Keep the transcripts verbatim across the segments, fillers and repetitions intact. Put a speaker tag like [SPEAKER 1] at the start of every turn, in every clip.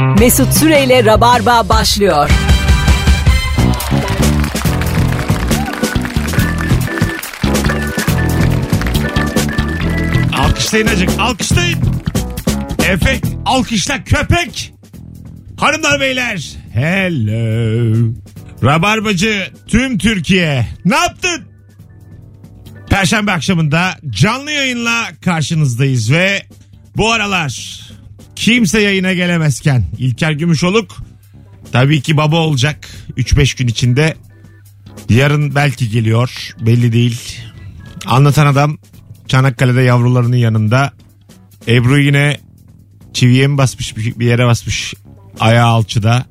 [SPEAKER 1] Mesut Süreyle Rabarba başlıyor.
[SPEAKER 2] Alkışlayın acık, alkışlayın. Efekt, alkışla köpek. Hanımlar beyler, hello. Rabarbacı tüm Türkiye, ne yaptın? Perşembe akşamında canlı yayınla karşınızdayız ve bu aralar kimse yayına gelemezken İlker Gümüşoluk tabii ki baba olacak üç beş gün içinde. Yarın belki geliyor, belli değil. Anlatan Adam Çanakkale'de yavrularının yanında. Ebru yine çiviye mi basmış, bir yere basmış, ayağı alçıda.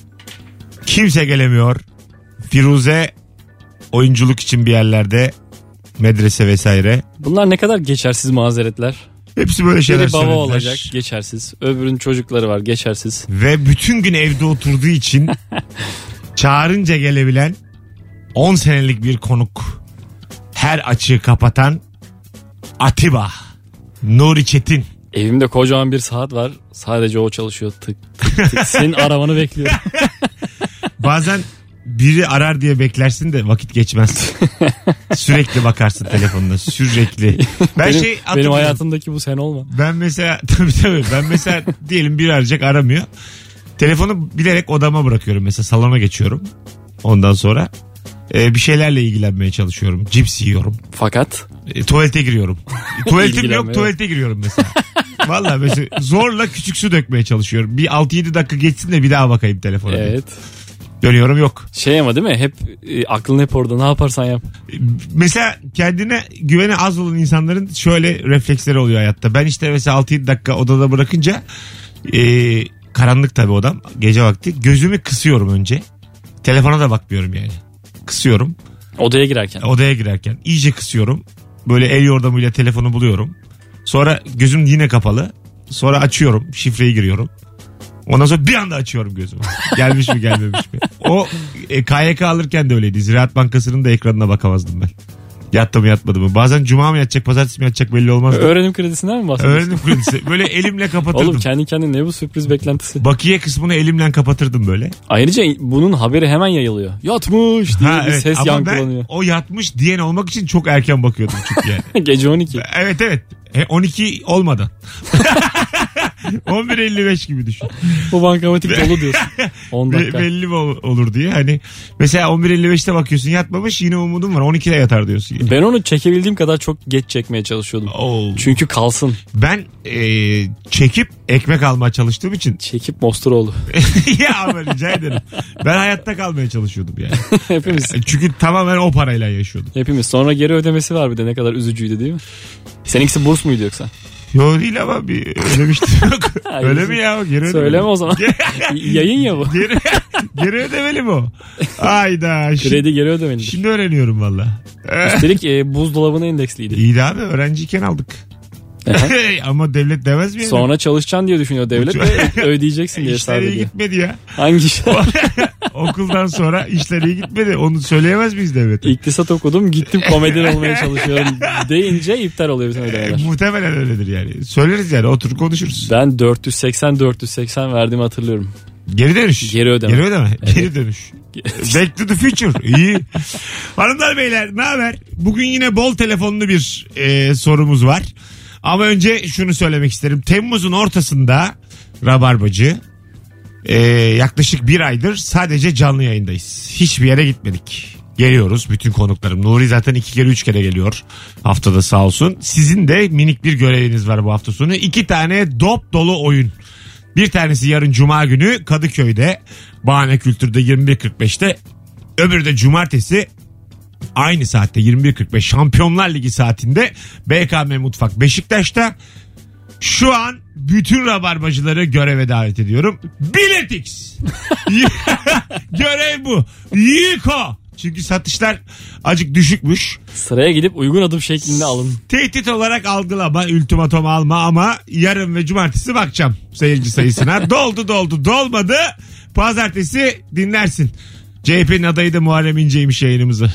[SPEAKER 2] Kimse gelemiyor. Firuze oyunculuk için bir yerlerde, medrese vesaire.
[SPEAKER 3] Bunlar ne kadar geçersiz mazeretler.
[SPEAKER 2] Hepsi böyle şeyler
[SPEAKER 3] Biri baba
[SPEAKER 2] söylediler.
[SPEAKER 3] olacak, geçersiz. Öbürünün çocukları var, geçersiz.
[SPEAKER 2] Ve bütün gün evde oturduğu için çağırınca gelebilen on senelik bir konuk. Her açığı kapatan Atiba Nuri Çetin.
[SPEAKER 3] Evimde kocaman bir saat var. Sadece o çalışıyor. Tık tık tık. Senin aramanı bekliyor.
[SPEAKER 2] Bazen biri arar diye beklersin de vakit geçmez. Sürekli bakarsın telefonuna, sürekli. Ben
[SPEAKER 3] benim,
[SPEAKER 2] şey
[SPEAKER 3] benim hayatımdaki bu sen olma.
[SPEAKER 2] Ben mesela tabii tabii ben mesela diyelim biri arayacak, aramıyor. Telefonu bilerek odama bırakıyorum, mesela salona geçiyorum. Ondan sonra e, bir şeylerle ilgilenmeye çalışıyorum. Cips yiyorum.
[SPEAKER 3] Fakat
[SPEAKER 2] E, tuvalete giriyorum. Tuvaletim yok, tuvalete giriyorum mesela. Vallahi mesela zorla küçük su dökmeye çalışıyorum. Bir altı yedi dakika geçsin de bir daha bakayım telefona.
[SPEAKER 3] evet.
[SPEAKER 2] Dönüyorum, yok.
[SPEAKER 3] Şey ama değil mi? Hep e, aklın hep orada. Ne yaparsan yap.
[SPEAKER 2] Mesela kendine güveni az olan insanların şöyle refleksleri oluyor hayatta. Ben işte mesela altı yedi dakika odada bırakınca e, karanlık tabii odam, gece vakti, gözümü kısıyorum önce. Telefona da bakmıyorum yani. Kısıyorum.
[SPEAKER 3] Odaya girerken.
[SPEAKER 2] Odaya girerken iyice kısıyorum. Böyle el yordamıyla telefonu buluyorum. Sonra gözüm yine kapalı. Sonra açıyorum, şifreyi giriyorum. Ondan sonra bir anda açıyorum gözümü. Gelmiş mi gelmemiş mi? O e, K Y K alırken de öyleydi. Ziraat Bankası'nın da ekranına bakamazdım ben. Yattı mı yatmadı mı? Bazen cuma mı yatacak, pazartesi mi yatacak belli olmaz.
[SPEAKER 3] Öğrenim kredisinden mi bahsediyorsun?
[SPEAKER 2] Öğrenim kredisi. Böyle elimle kapatırdım.
[SPEAKER 3] Oğlum kendi kendine ne bu sürpriz beklentisi?
[SPEAKER 2] Bakiye kısmını elimle kapatırdım böyle.
[SPEAKER 3] Ayrıca bunun haberi hemen yayılıyor. Yatmış diye
[SPEAKER 2] Ha,
[SPEAKER 3] bir
[SPEAKER 2] evet.
[SPEAKER 3] ses
[SPEAKER 2] ama
[SPEAKER 3] yankılanıyor.
[SPEAKER 2] ben o yatmış diyen olmak için çok erken bakıyordum çünkü yani.
[SPEAKER 3] Gece on iki.
[SPEAKER 2] Evet evet. on iki olmadan. on bir elli beş gibi düşün.
[SPEAKER 3] Bu bankamatik dolu diyorsun. on dakika.
[SPEAKER 2] Be- belli mi ol- olur diye. Hani mesela on bir elli beşte bakıyorsun, yatmamış, yine umudum var. on ikide yatar diyorsun. Yani.
[SPEAKER 3] Ben onu çekebildiğim kadar çok geç çekmeye çalışıyordum.
[SPEAKER 2] Oo.
[SPEAKER 3] Çünkü kalsın.
[SPEAKER 2] Ben e, çekip ekmek almaya çalıştığım için.
[SPEAKER 3] Çekip Mosturoğlu.
[SPEAKER 2] Ya ama rica ederim. Ben hayatta kalmaya çalışıyordum yani.
[SPEAKER 3] Hepimiz.
[SPEAKER 2] Çünkü tamamen o parayla yaşıyordum.
[SPEAKER 3] Hepimiz. Sonra geri ödemesi var bir de, ne kadar üzücüydü değil mi? Seninkisi burs muydu yoksa?
[SPEAKER 2] Yok değil ama bir ödemiştim. Yok. Öyle mi ya? Geri
[SPEAKER 3] söyleme o zaman. Yayın ya bu.
[SPEAKER 2] Geri, geri ödemeli mi o? Ayda.
[SPEAKER 3] Kredi geri ödemelidir.
[SPEAKER 2] Şimdi öğreniyorum valla.
[SPEAKER 3] Üstelik e, buzdolabına endeksliydi.
[SPEAKER 2] İyi de abi, öğrenciyken aldık. Ama devlet demez mi yani?
[SPEAKER 3] Sonra çalışacaksın diye düşünüyor devlet ve ödeyeceksin diye hesap ediyor.
[SPEAKER 2] İşleri iyi gitmedi ya.
[SPEAKER 3] Hangi işler?
[SPEAKER 2] Okuldan sonra işleri iyi gitmedi. Onu söyleyemez miyiz devlete?
[SPEAKER 3] İktisat okudum, gittim komedyen olmaya çalışıyorum deyince iptal oluyor bütün ödemeler.
[SPEAKER 2] E, muhtemelen öyledir yani. Söyleriz yani, oturup konuşuruz.
[SPEAKER 3] Ben dört yüz seksen dört yüz seksen verdiğimi hatırlıyorum.
[SPEAKER 2] Geri dönüş.
[SPEAKER 3] Geri ödeme.
[SPEAKER 2] Geri ödeme.
[SPEAKER 3] Evet.
[SPEAKER 2] Geri dönüş. Back to the future. İyi. Hanımlar beyler, ne haber? Bugün yine bol telefonlu bir e, sorumuz var. Ama önce şunu söylemek isterim. Temmuz'un ortasında Rabarbacı e, yaklaşık bir aydır sadece canlı yayındayız. Hiçbir yere gitmedik. Geliyoruz bütün konuklarım. Nuri zaten iki kere üç kere geliyor haftada, sağ olsun. Sizin de minik bir göreviniz var bu hafta sonu. İki tane dop dolu oyun. Bir tanesi yarın Cuma günü Kadıköy'de Bahane Kültür'de yirmi bir kırk beşte. Öbürü de cumartesi aynı saatte yirmi bir kırk beş Şampiyonlar Ligi saatinde B K M Mutfak Beşiktaş'ta. Şu an bütün rabarbacıları göreve davet ediyorum. Biletix. Görev bu. Yiko. Çünkü satışlar acık düşükmüş.
[SPEAKER 3] Sıraya gidip uygun adım şeklinde alın.
[SPEAKER 2] Tehdit olarak algılama, ultimatom alma, ama yarın ve cumartesi bakacağım seyirci sayısına. Doldu doldu dolmadı. Pazartesi dinlersin. C H P'nin adayı da Muharrem İnce'ymiş yayınımızı.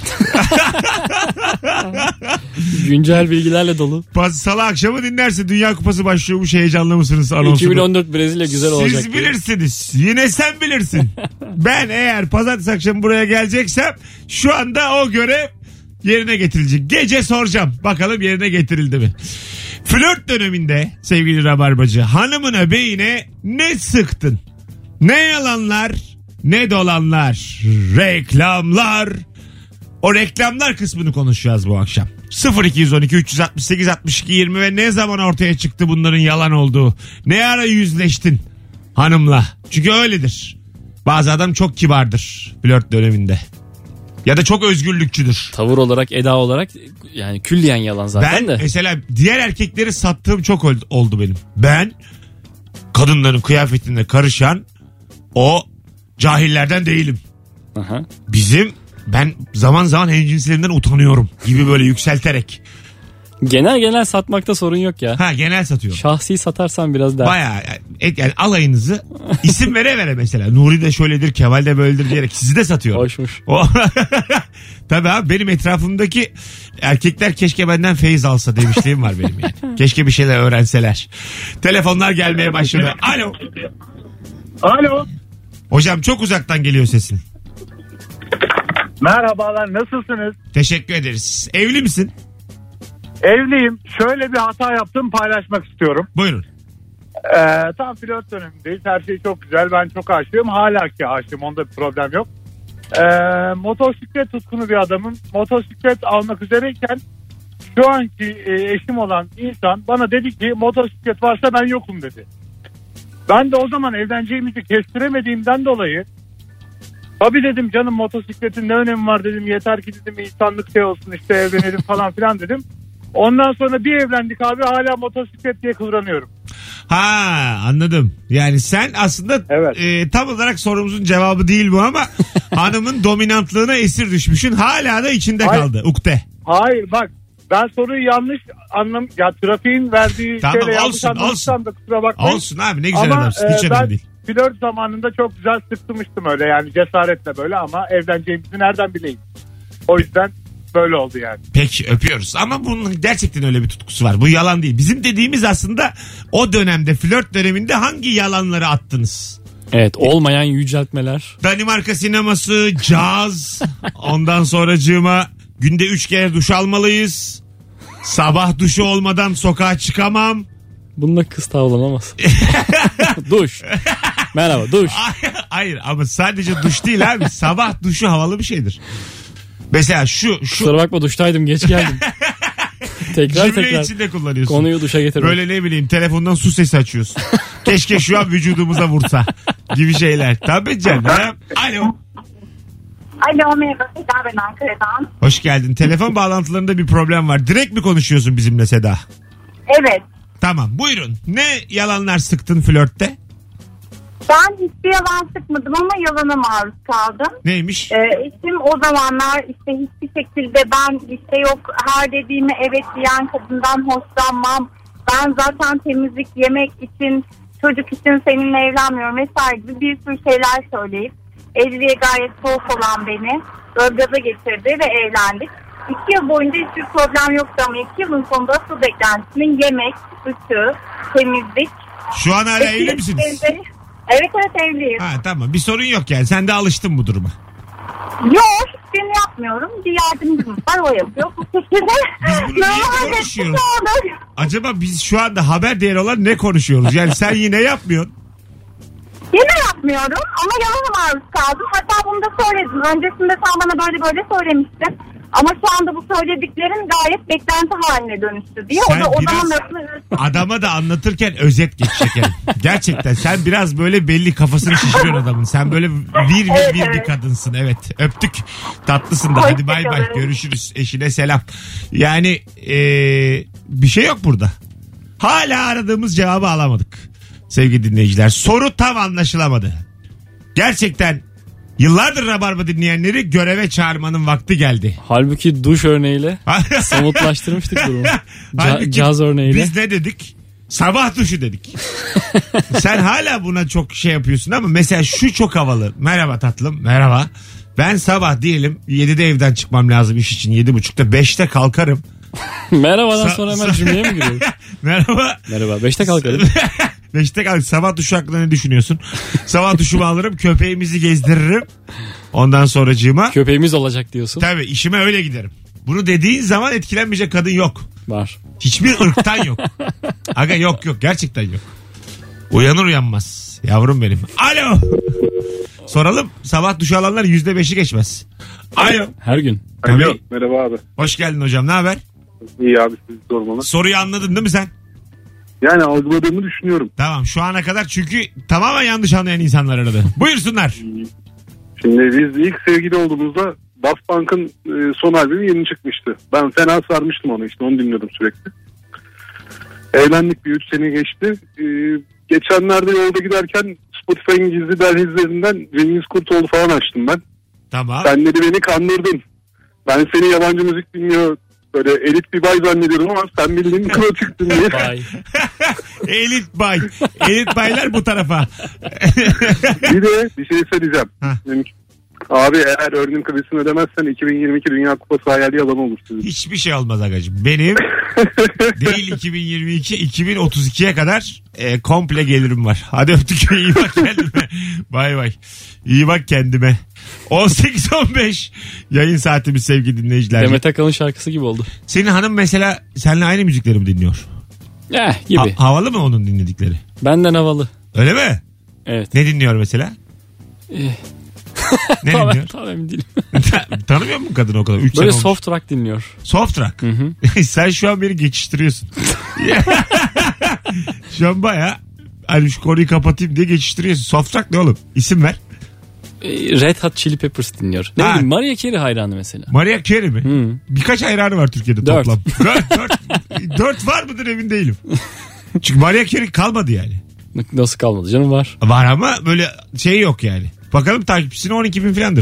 [SPEAKER 3] Güncel bilgilerle dolu.
[SPEAKER 2] Salı akşamı dinlerse Dünya Kupası başlıyormuş, heyecanlı mısınız anonsunu?
[SPEAKER 3] iki bin on dört Brezilya güzel olacak.
[SPEAKER 2] Siz bilirsiniz. Diye. Yine sen bilirsin. Ben eğer pazartesi akşamı buraya geleceksem şu anda o görev yerine getirilecek. Gece soracağım. Bakalım yerine getirildi mi? Flört döneminde sevgili Rabarbacı, hanımına beyine ne sıktın? Ne yalanlar, ne dolanlar, reklamlar. O reklamlar kısmını konuşacağız bu akşam. sıfır iki on iki üç altı sekiz altmış iki yirmi ve ne zaman ortaya çıktı bunların yalan olduğu? Ne ara yüzleştin hanımla? Çünkü öyledir. Bazı adam çok kibardır flört döneminde. Ya da çok özgürlükçüdür.
[SPEAKER 3] Tavır olarak, eda olarak yani külliyen yalan zaten
[SPEAKER 2] ben,
[SPEAKER 3] de.
[SPEAKER 2] Ben mesela diğer erkekleri sattığım çok oldu benim. Ben kadınların kıyafetine karışan o cahillerden değilim.
[SPEAKER 3] Aha.
[SPEAKER 2] Bizim ben zaman zaman hemcinslerinden utanıyorum gibi böyle yükselterek.
[SPEAKER 3] Genel genel satmakta sorun yok ya.
[SPEAKER 2] Ha, genel satıyorum.
[SPEAKER 3] Şahsi satarsan biraz daha.
[SPEAKER 2] Bayağı yani, yani alayınızı isim vere vere mesela. Nuri de şöyledir, Kemal de böyledir diyerek sizi de satıyorum.
[SPEAKER 3] Hoşmuş.
[SPEAKER 2] O, tabii abi, benim etrafımdaki erkekler keşke benden feyiz alsa demişliğim var benim yani. Keşke bir şeyler öğrenseler. Telefonlar gelmeye başladı. Alo.
[SPEAKER 4] Alo.
[SPEAKER 2] Hocam çok uzaktan geliyor sesin.
[SPEAKER 4] Merhabalar, nasılsınız?
[SPEAKER 2] Teşekkür ederiz. Evli misin?
[SPEAKER 4] Evliyim. Şöyle bir hata yaptım, paylaşmak istiyorum.
[SPEAKER 2] Buyurun.
[SPEAKER 4] Ee, tam flört dönemindeyiz. Her şey çok güzel. Ben çok aşığım. Hala ki aşığım. Onda bir problem yok. Ee, motosiklet tutkunu bir adamım. Motosiklet almak üzereyken şu anki e, eşim olan insan bana dedi ki motosiklet varsa ben yokum dedi. Ben de o zaman evleneceğimizi kestiremediğimden dolayı tabii dedim canım, motosikletin ne önemi var dedim. Yeter ki dedim insanlık şey olsun, işte evlenelim falan filan dedim. Ondan sonra bir evlendik abi, hala motosiklet diye kıvranıyorum.
[SPEAKER 2] Ha, anladım. Yani sen aslında
[SPEAKER 4] evet.
[SPEAKER 2] e, tam olarak sorumuzun cevabı değil bu ama hanımın dominantlığına esir düşmüşsün. Hala da içinde
[SPEAKER 4] Hayır.
[SPEAKER 2] kaldı. Ukde.
[SPEAKER 4] Hayır bak, ben soruyu yanlış anlam ya, trafiğin verdiği
[SPEAKER 2] tamam,
[SPEAKER 4] şeyle yanlış
[SPEAKER 2] olsun,
[SPEAKER 4] anlamışsam da kusura bakmayın.
[SPEAKER 2] Olsun abi, ne güzel
[SPEAKER 4] ama,
[SPEAKER 2] adamsın. Hiç
[SPEAKER 4] e,
[SPEAKER 2] önemli
[SPEAKER 4] ben
[SPEAKER 2] değil.
[SPEAKER 4] flört zamanında çok güzel sırtmıştım öyle yani, cesaretle böyle, ama evleneceğimizi nereden bileyim. O yüzden böyle oldu yani.
[SPEAKER 2] Peki, öpüyoruz. Ama bunun gerçekten öyle bir tutkusu var. Bu yalan değil. Bizim dediğimiz aslında o dönemde, flört döneminde hangi yalanları attınız?
[SPEAKER 3] Evet, olmayan yüceltmeler.
[SPEAKER 2] Danimarka sineması, caz, ondan sonracığıma günde üç kere duş almalıyız. Sabah duşu olmadan sokağa çıkamam.
[SPEAKER 3] Bununla kız tavlanamaz. Duş. Merhaba, duş.
[SPEAKER 2] Hayır ama sadece duş değil abi. Sabah duşu havalı bir şeydir. Mesela şu şu
[SPEAKER 3] Kusura bakma, duştaydım, geç geldim. tekrar
[SPEAKER 2] cümle
[SPEAKER 3] tekrar
[SPEAKER 2] içinde kullanıyorsun.
[SPEAKER 3] konuyu duşa getir.
[SPEAKER 2] Böyle ne bileyim, telefondan su sesi açıyorsun. Keşke şu an vücudumuza vursa gibi şeyler. Tabii canım. Alo.
[SPEAKER 5] Alo, merhaba, Seda, ben Ankara'dan.
[SPEAKER 2] Hoş geldin. Telefon bağlantılarında bir problem var. Direkt mi konuşuyorsun bizimle Seda?
[SPEAKER 5] Evet.
[SPEAKER 2] Tamam, buyurun. Ne yalanlar sıktın flörtte?
[SPEAKER 5] Ben hiçbir yalan sıkmadım ama yalana maruz kaldım.
[SPEAKER 2] Neymiş?
[SPEAKER 5] Ee, eşim o zamanlar işte hiçbir şekilde ben işte yok her dediğime evet diyen kadından hoşlanmam. Ben zaten temizlik, yemek için, çocuk için seninle evlenmiyorum vesaire gibi bir sürü şeyler söyleyip evliliğe gayet soğuk olan beni böyle gaza getirdi ve evlendik. İki yıl boyunca hiçbir problem yoktu ama iki yılın sonunda asıl beklentisinin yemek, ütü, temizlik.
[SPEAKER 2] Şu an hala evli misiniz?
[SPEAKER 5] Evde, evet evet evliyim.
[SPEAKER 2] Ha, tamam, bir sorun yok yani. Sen de alıştın bu duruma.
[SPEAKER 5] Yok, hiçbirini yapmıyorum. Bir yardımcım var, o yapıyor. Bu şekilde.
[SPEAKER 2] Biz bunu niye konuşuyoruz? Acaba biz şu anda haber değeri olan ne konuşuyoruz? Yani sen yine yapmıyorsun.
[SPEAKER 5] Yine yapmıyorum ama yalana maruz kaldım. Hatta bunu da söyledim. Öncesinde sen bana böyle böyle söylemiştin. Ama şu anda bu söylediklerin gayet beklenti haline dönüştü diye.
[SPEAKER 2] Sen
[SPEAKER 5] o da o
[SPEAKER 2] biraz
[SPEAKER 5] zaman nasıl...
[SPEAKER 2] adama da anlatırken özet geç şekerim. Gerçekten sen biraz böyle belli, kafasını şişiriyorsun adamın. Sen böyle bir bir
[SPEAKER 5] Evet,
[SPEAKER 2] bir
[SPEAKER 5] evet.
[SPEAKER 2] bir kadınsın. Evet, öptük. Tatlısın da.
[SPEAKER 5] Hoşça
[SPEAKER 2] Hadi bay bay,
[SPEAKER 5] kalın.
[SPEAKER 2] görüşürüz. Eşine selam. Yani ee, bir şey yok burada. Hala aradığımız cevabı alamadık. Sevgili dinleyiciler, soru tam anlaşılamadı. Gerçekten yıllardır Rabarba dinleyenleri göreve çağırmanın vakti geldi.
[SPEAKER 3] Halbuki duş örneğiyle somutlaştırmıştık durumu. Ca-
[SPEAKER 2] Halbuki
[SPEAKER 3] caz örneğiyle.
[SPEAKER 2] Biz ne dedik? Sabah duşu dedik. Sen hala buna çok şey yapıyorsun ama mesela şu çok havalı. Merhaba tatlım, merhaba. Ben sabah diyelim yedide evden çıkmam lazım iş için. yedi buçukta beşte kalkarım.
[SPEAKER 3] Merhabadan
[SPEAKER 2] Sa-
[SPEAKER 3] sonra hemen
[SPEAKER 2] sa-
[SPEAKER 3] cümleye mi giriyor?
[SPEAKER 2] Merhaba.
[SPEAKER 3] Merhaba. Beşte kalkarım.
[SPEAKER 2] Beşte kalk. Sabah duşu hakkında ne düşünüyorsun? Sabah duşumu alırım. Köpeğimizi gezdiririm. Ondan sonracığıma.
[SPEAKER 3] Köpeğimiz olacak diyorsun.
[SPEAKER 2] Tabii işime öyle giderim. Bunu dediğin zaman etkilenmeyecek kadın yok.
[SPEAKER 3] Var.
[SPEAKER 2] Hiçbir ırktan yok. Aga yok yok gerçekten yok. Uyanır uyanmaz. Yavrum benim. Alo. Soralım. Sabah duş alanlar yüzde beşi geçmez. Alo.
[SPEAKER 3] Her gün.
[SPEAKER 2] Tabii.
[SPEAKER 6] Alo, merhaba abi.
[SPEAKER 2] Hoş geldin hocam. Ne haber?
[SPEAKER 6] İyi abi, sizi sormalı.
[SPEAKER 2] Soruyu anladın değil mi sen?
[SPEAKER 6] Yani algıladığımı düşünüyorum.
[SPEAKER 2] Tamam şu ana kadar çünkü tamamen yanlış anlayan insanlar aradı. Buyursunlar.
[SPEAKER 6] Şimdi biz ilk sevgili olduğumuzda Daft Punk'ın e, son albümü yeni çıkmıştı. Ben fena sarmıştım onu, işte onu dinliyordum sürekli. Evlendik, bir üç sene geçti. E, geçenlerde yolda giderken Spotify'ın gizli dehlizlerinden Cengiz Kurtoğlu falan açtım ben.
[SPEAKER 2] Tamam.
[SPEAKER 6] Sen dedi beni kandırdın. Ben seni yabancı müzik dinliyor, böyle elit bir bay zannediyorum ama sen bildiğin kıla çıktın diye.
[SPEAKER 3] Bay.
[SPEAKER 2] Elit bay. Elit baylar bu tarafa.
[SPEAKER 6] Bir de bir şey söyleyeceğim.
[SPEAKER 2] Heh.
[SPEAKER 6] Abi eğer örneğin kredisini ödemezsen iki bin yirmi iki Dünya Kupası hayali yalan olur sizin.
[SPEAKER 2] Hiçbir şey olmaz agacığım. Benim değil iki bin yirmi iki iki bin otuz ikiye kadar e, komple gelirim var. Hadi öptük. İyi bak kendime. Bay bay. İyi bak kendime. on sekiz on beş yayın saatimiz sevgili dinleyiciler.
[SPEAKER 3] Demet Akalın şarkısı gibi oldu.
[SPEAKER 2] Senin hanım mesela seninle aynı müzikleri mi dinliyor?
[SPEAKER 3] Eh gibi.
[SPEAKER 2] Ha- havalı mı onun dinledikleri?
[SPEAKER 3] Benden havalı.
[SPEAKER 2] Öyle mi?
[SPEAKER 3] Evet.
[SPEAKER 2] Ne dinliyor mesela?
[SPEAKER 3] Eh.
[SPEAKER 2] Ne
[SPEAKER 3] Tamam,
[SPEAKER 2] dinliyor?
[SPEAKER 3] tamam emin değilim.
[SPEAKER 2] Tanımıyor musun kadını o kadar? Üç
[SPEAKER 3] Böyle
[SPEAKER 2] sene
[SPEAKER 3] soft rock dinliyor.
[SPEAKER 2] Soft rock.
[SPEAKER 3] Hı hı.
[SPEAKER 2] Sen şu an beni geçiştiriyorsun. Şu an baya hani şu konuyu kapatayım diye geçiştiriyorsun. Soft rock ne oğlum? İsim ver.
[SPEAKER 3] Eh, Red Hot Chili Peppers dinliyor. Ne
[SPEAKER 2] Ha.
[SPEAKER 3] bileyim Mariah Carey hayranı mesela.
[SPEAKER 2] Mariah Carey mi?
[SPEAKER 3] Hı.
[SPEAKER 2] Birkaç hayranı var Türkiye'de
[SPEAKER 3] Dört.
[SPEAKER 2] toplam. Dört, dört, dört var mıdır emin değilim. Çünkü Mariah Carey kalmadı yani.
[SPEAKER 3] Nasıl kalmadı canım, var.
[SPEAKER 2] Var ama böyle şey yok yani. Bakalım takipçisine on iki bin filandır.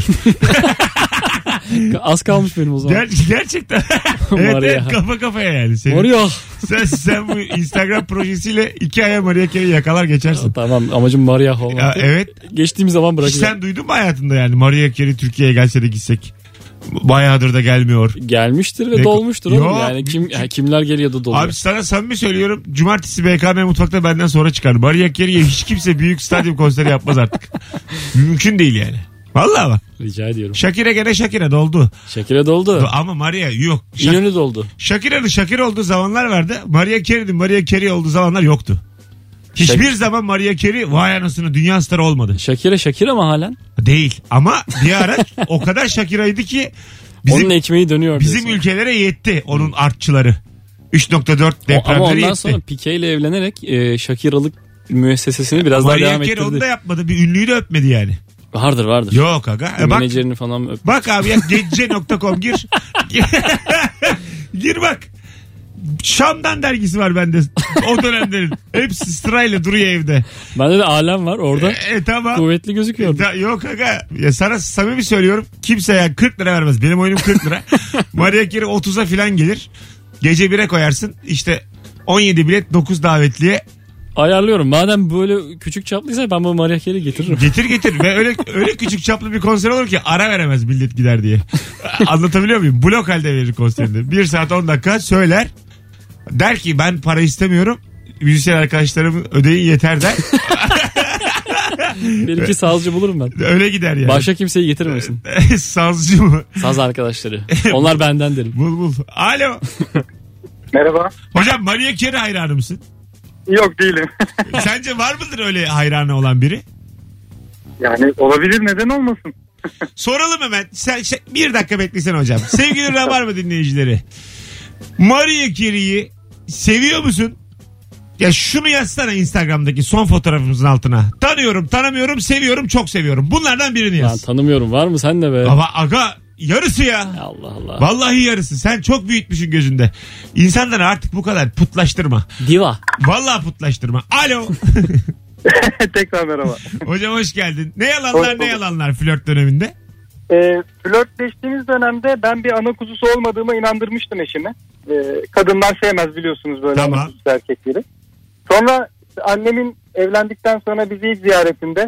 [SPEAKER 3] Az kalmış benim o zaman.
[SPEAKER 2] Ger- gerçekten. evet,
[SPEAKER 3] Maria.
[SPEAKER 2] evet kafa kafaya yani. Senin,
[SPEAKER 3] Mariah.
[SPEAKER 2] sen, sen bu Instagram projesiyle iki aya Mariah Carey'i yakalar geçersin.
[SPEAKER 3] Tamam, amacım Mariah olmak.
[SPEAKER 2] Ya, evet.
[SPEAKER 3] Geçtiğim zaman
[SPEAKER 2] Hiç
[SPEAKER 3] bırakacağım.
[SPEAKER 2] sen duydun mu hayatında yani Mariah Carey Türkiye'ye gelse de gitsek? Bayağıdır da gelmiyor.
[SPEAKER 3] Gelmiştir ve
[SPEAKER 2] Ne-
[SPEAKER 3] dolmuştur
[SPEAKER 2] Yok.
[SPEAKER 3] oğlum. Yani kim ya kimler geliyordu doluyor.
[SPEAKER 2] Abi sana samimi söylüyorum. Cumartesi B K M Mutfak'ta benden sonra çıkar. Mariah Carey'e hiç kimse büyük stadyum konseri yapmaz artık. Mümkün değil yani. Vallahi bak.
[SPEAKER 3] Rica ediyorum.
[SPEAKER 2] Shakira gene Shakira doldu.
[SPEAKER 3] Shakira doldu.
[SPEAKER 2] Ama Maria yok. Şak-
[SPEAKER 3] İnönü doldu.
[SPEAKER 2] Shakira'nın Shakira olduğu zamanlar vardı. Mariah Carey'nin Mariah Carey olduğu zamanlar yoktu. Hiçbir
[SPEAKER 3] Şak-
[SPEAKER 2] zaman Mariah Carey vay anasını dünya starı olmadı.
[SPEAKER 3] Shakira Shakira mı halen?
[SPEAKER 2] Değil. Ama bir ara o kadar Shakira'ydı ki bizim,
[SPEAKER 3] Onun ekmeği dönüyor.
[SPEAKER 2] bizim
[SPEAKER 3] diyorsun.
[SPEAKER 2] ülkelere yetti onun artçıları. üç nokta dört
[SPEAKER 3] O- ama
[SPEAKER 2] depremleri
[SPEAKER 3] ondan
[SPEAKER 2] yetti.
[SPEAKER 3] sonra Piqué ile evlenerek e, Shakira'lık müessesesini biraz daha
[SPEAKER 2] Mariah
[SPEAKER 3] devam
[SPEAKER 2] Carey onu da
[SPEAKER 3] ettirdi.
[SPEAKER 2] yapmadı. Bir ünlüyü de öpmedi yani.
[SPEAKER 3] Vardır vardır.
[SPEAKER 2] Yok aga. E bak,
[SPEAKER 3] Menajerini falan öp.
[SPEAKER 2] bak abi ya gece nokta com gir. Gir bak. Şam'dan dergisi var bende. O dönemlerin. Hepsi sırayla duruyor evde.
[SPEAKER 3] Bende de alem var orada.
[SPEAKER 2] E tamam.
[SPEAKER 3] Kuvvetli gözüküyor.
[SPEAKER 2] Da- yok aga. Ya sana samimi söylüyorum. Kimse ya kırk lira vermez. Benim oyunum kırk lira. Mariah Carey otuza filan gelir. Gece bire koyarsın. İşte on yedi bilet dokuz davetliye.
[SPEAKER 3] Ayarlıyorum. Madem böyle küçük çaplıysa ben bu Mariah Carey'i getiririm.
[SPEAKER 2] Getir getir. Ve öyle öyle küçük çaplı bir konser olur ki ara veremez millet gider diye. Anlatabiliyor muyum? Blok halde verir konserinde. bir saat on dakika söyler. Der ki ben para istemiyorum. Müzisyen arkadaşlarım ödeyin yeter der.
[SPEAKER 3] Benimki sazcı bulurum ben.
[SPEAKER 2] Öyle gider yani.
[SPEAKER 3] Başka kimseyi getirmesin.
[SPEAKER 2] Sazcı mı?
[SPEAKER 3] Saz arkadaşları. Onlar benden derim.
[SPEAKER 2] Bul bul. Alo.
[SPEAKER 4] Merhaba.
[SPEAKER 2] Hocam Mariah Carey hayranı mısın?
[SPEAKER 4] Yok değilim.
[SPEAKER 2] Sence var mıdır öyle hayranı olan biri?
[SPEAKER 4] Yani olabilir, neden olmasın?
[SPEAKER 2] Soralım hemen. Sen, şey, bir dakika beklesene hocam. Sevgili Rabarba dinleyicileri. Mariah Carey'i seviyor musun? Ya şunu yazsana Instagram'daki son fotoğrafımızın altına. Tanıyorum, tanımıyorum, seviyorum, çok seviyorum. Bunlardan birini
[SPEAKER 3] Ben
[SPEAKER 2] yaz.
[SPEAKER 3] tanımıyorum. Var mı sen de be?
[SPEAKER 2] Ama aga yarısı ya.
[SPEAKER 3] Allah Allah.
[SPEAKER 2] Vallahi yarısı. Sen çok büyütmüşsün gözünde. İnsanları artık bu kadar putlaştırma.
[SPEAKER 3] Diva.
[SPEAKER 2] Vallahi putlaştırma. Alo.
[SPEAKER 4] Tekrar merhaba.
[SPEAKER 2] Hocam hoş geldin. Ne
[SPEAKER 4] Hoş
[SPEAKER 2] yalanlar
[SPEAKER 4] bulduk.
[SPEAKER 2] ne yalanlar flört döneminde?
[SPEAKER 4] E, flörtleştiğimiz dönemde ben bir ana kuzusu olmadığıma inandırmıştım eşimi. E, kadınlar sevmez biliyorsunuz böyle
[SPEAKER 2] Tamam.
[SPEAKER 4] ana kuzusu erkekleri. Sonra annemin evlendikten sonra bizi ilk ziyaretinde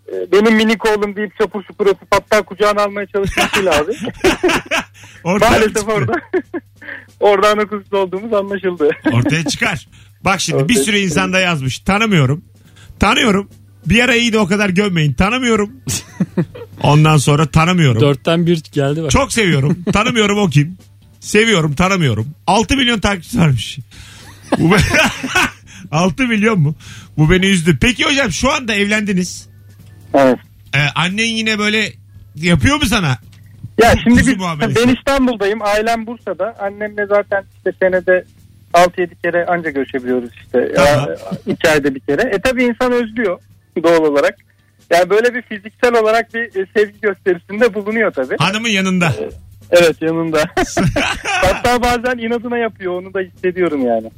[SPEAKER 7] e, benim minik oğlum deyip çapur şupur öpüp hatta kucağına almaya çalışmasıyla abi. Maalesef orada orada anakustu olduğumuz anlaşıldı.
[SPEAKER 2] Ortaya çıkar. Bak şimdi
[SPEAKER 7] Ortaya
[SPEAKER 2] bir sürü insan da yazmış. Tanımıyorum. Tanıyorum. Bir ara iyiydi, o kadar gömmeyin. Tanımıyorum. Ondan sonra tanımıyorum.
[SPEAKER 3] Dörtten bir geldi bak.
[SPEAKER 2] Çok seviyorum. Tanımıyorum, o kim? Seviyorum, tanımıyorum. altı milyon takipçi varmış. Bu be- altı milyon mu? Bu beni üzdü. Peki hocam, şu anda evlendiniz.
[SPEAKER 7] Evet.
[SPEAKER 2] Ee, annen yine böyle yapıyor mu sana?
[SPEAKER 7] Ya şimdi
[SPEAKER 2] Kuzu
[SPEAKER 7] biz,
[SPEAKER 2] muamelesi.
[SPEAKER 7] ben İstanbul'dayım. Ailem Bursa'da. Annemle zaten işte senede altı yedi kere anca görüşebiliyoruz işte.
[SPEAKER 2] Tamam.
[SPEAKER 7] Ya, iki ayda bir kere. E tabii insan özlüyor doğal olarak. Yani böyle bir fiziksel olarak bir e, sevgi gösterisinde bulunuyor tabii.
[SPEAKER 2] Hanımın yanında.
[SPEAKER 7] Evet, yanında. Hatta bazen inadına yapıyor. Onu da hissediyorum yani.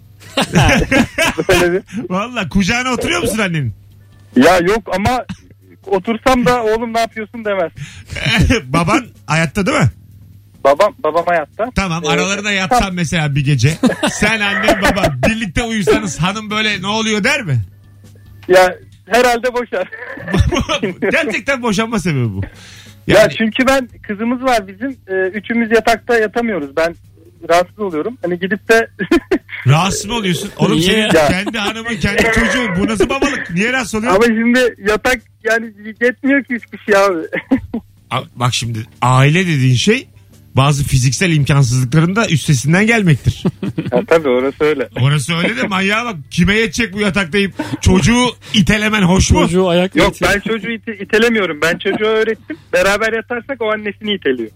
[SPEAKER 7] Böyle bir...
[SPEAKER 2] Valla kucağına oturuyor musun annenin?
[SPEAKER 7] Ya yok ama otursam da oğlum ne yapıyorsun demez.
[SPEAKER 2] Baban hayatta değil mi?
[SPEAKER 7] Babam babam hayatta.
[SPEAKER 2] Tamam,
[SPEAKER 7] Ee,
[SPEAKER 2] aralarına yatsan mesela bir gece. Sen, annen, baba birlikte uyusanız hanım böyle ne oluyor der mi?
[SPEAKER 7] Ya herhalde boşar.
[SPEAKER 2] Gerçekten boşanma sebebi bu.
[SPEAKER 7] Ya
[SPEAKER 2] Yani,
[SPEAKER 7] çünkü ben, kızımız var bizim. Ee, üçümüz yatakta yatamıyoruz. Ben rahatsız oluyorum. Hani gidip de
[SPEAKER 2] rahatsız mı oluyorsun? Oğlum
[SPEAKER 3] Niye
[SPEAKER 2] senin
[SPEAKER 7] ya?
[SPEAKER 2] kendi hanımın, kendi çocuğun. Bu nasıl babalık? Niye rahatsız oluyor?
[SPEAKER 7] ama şimdi yatak yani yetmiyor ki hiçbir şey abi.
[SPEAKER 2] A- Bak şimdi, aile dediğin şey bazı fiziksel imkansızlıkların da üstesinden gelmektir.
[SPEAKER 7] Ya tabii orası öyle.
[SPEAKER 2] Orası öyle de, manyağa bak, kime yetecek bu yatak deyip çocuğu itelemen hoş mu?
[SPEAKER 3] Çocuğu ayak
[SPEAKER 7] Yok,
[SPEAKER 3] itiyor.
[SPEAKER 7] ben çocuğu ite- itelemiyorum. Ben çocuğa öğrettim. Beraber yatarsak o annesini iteliyor.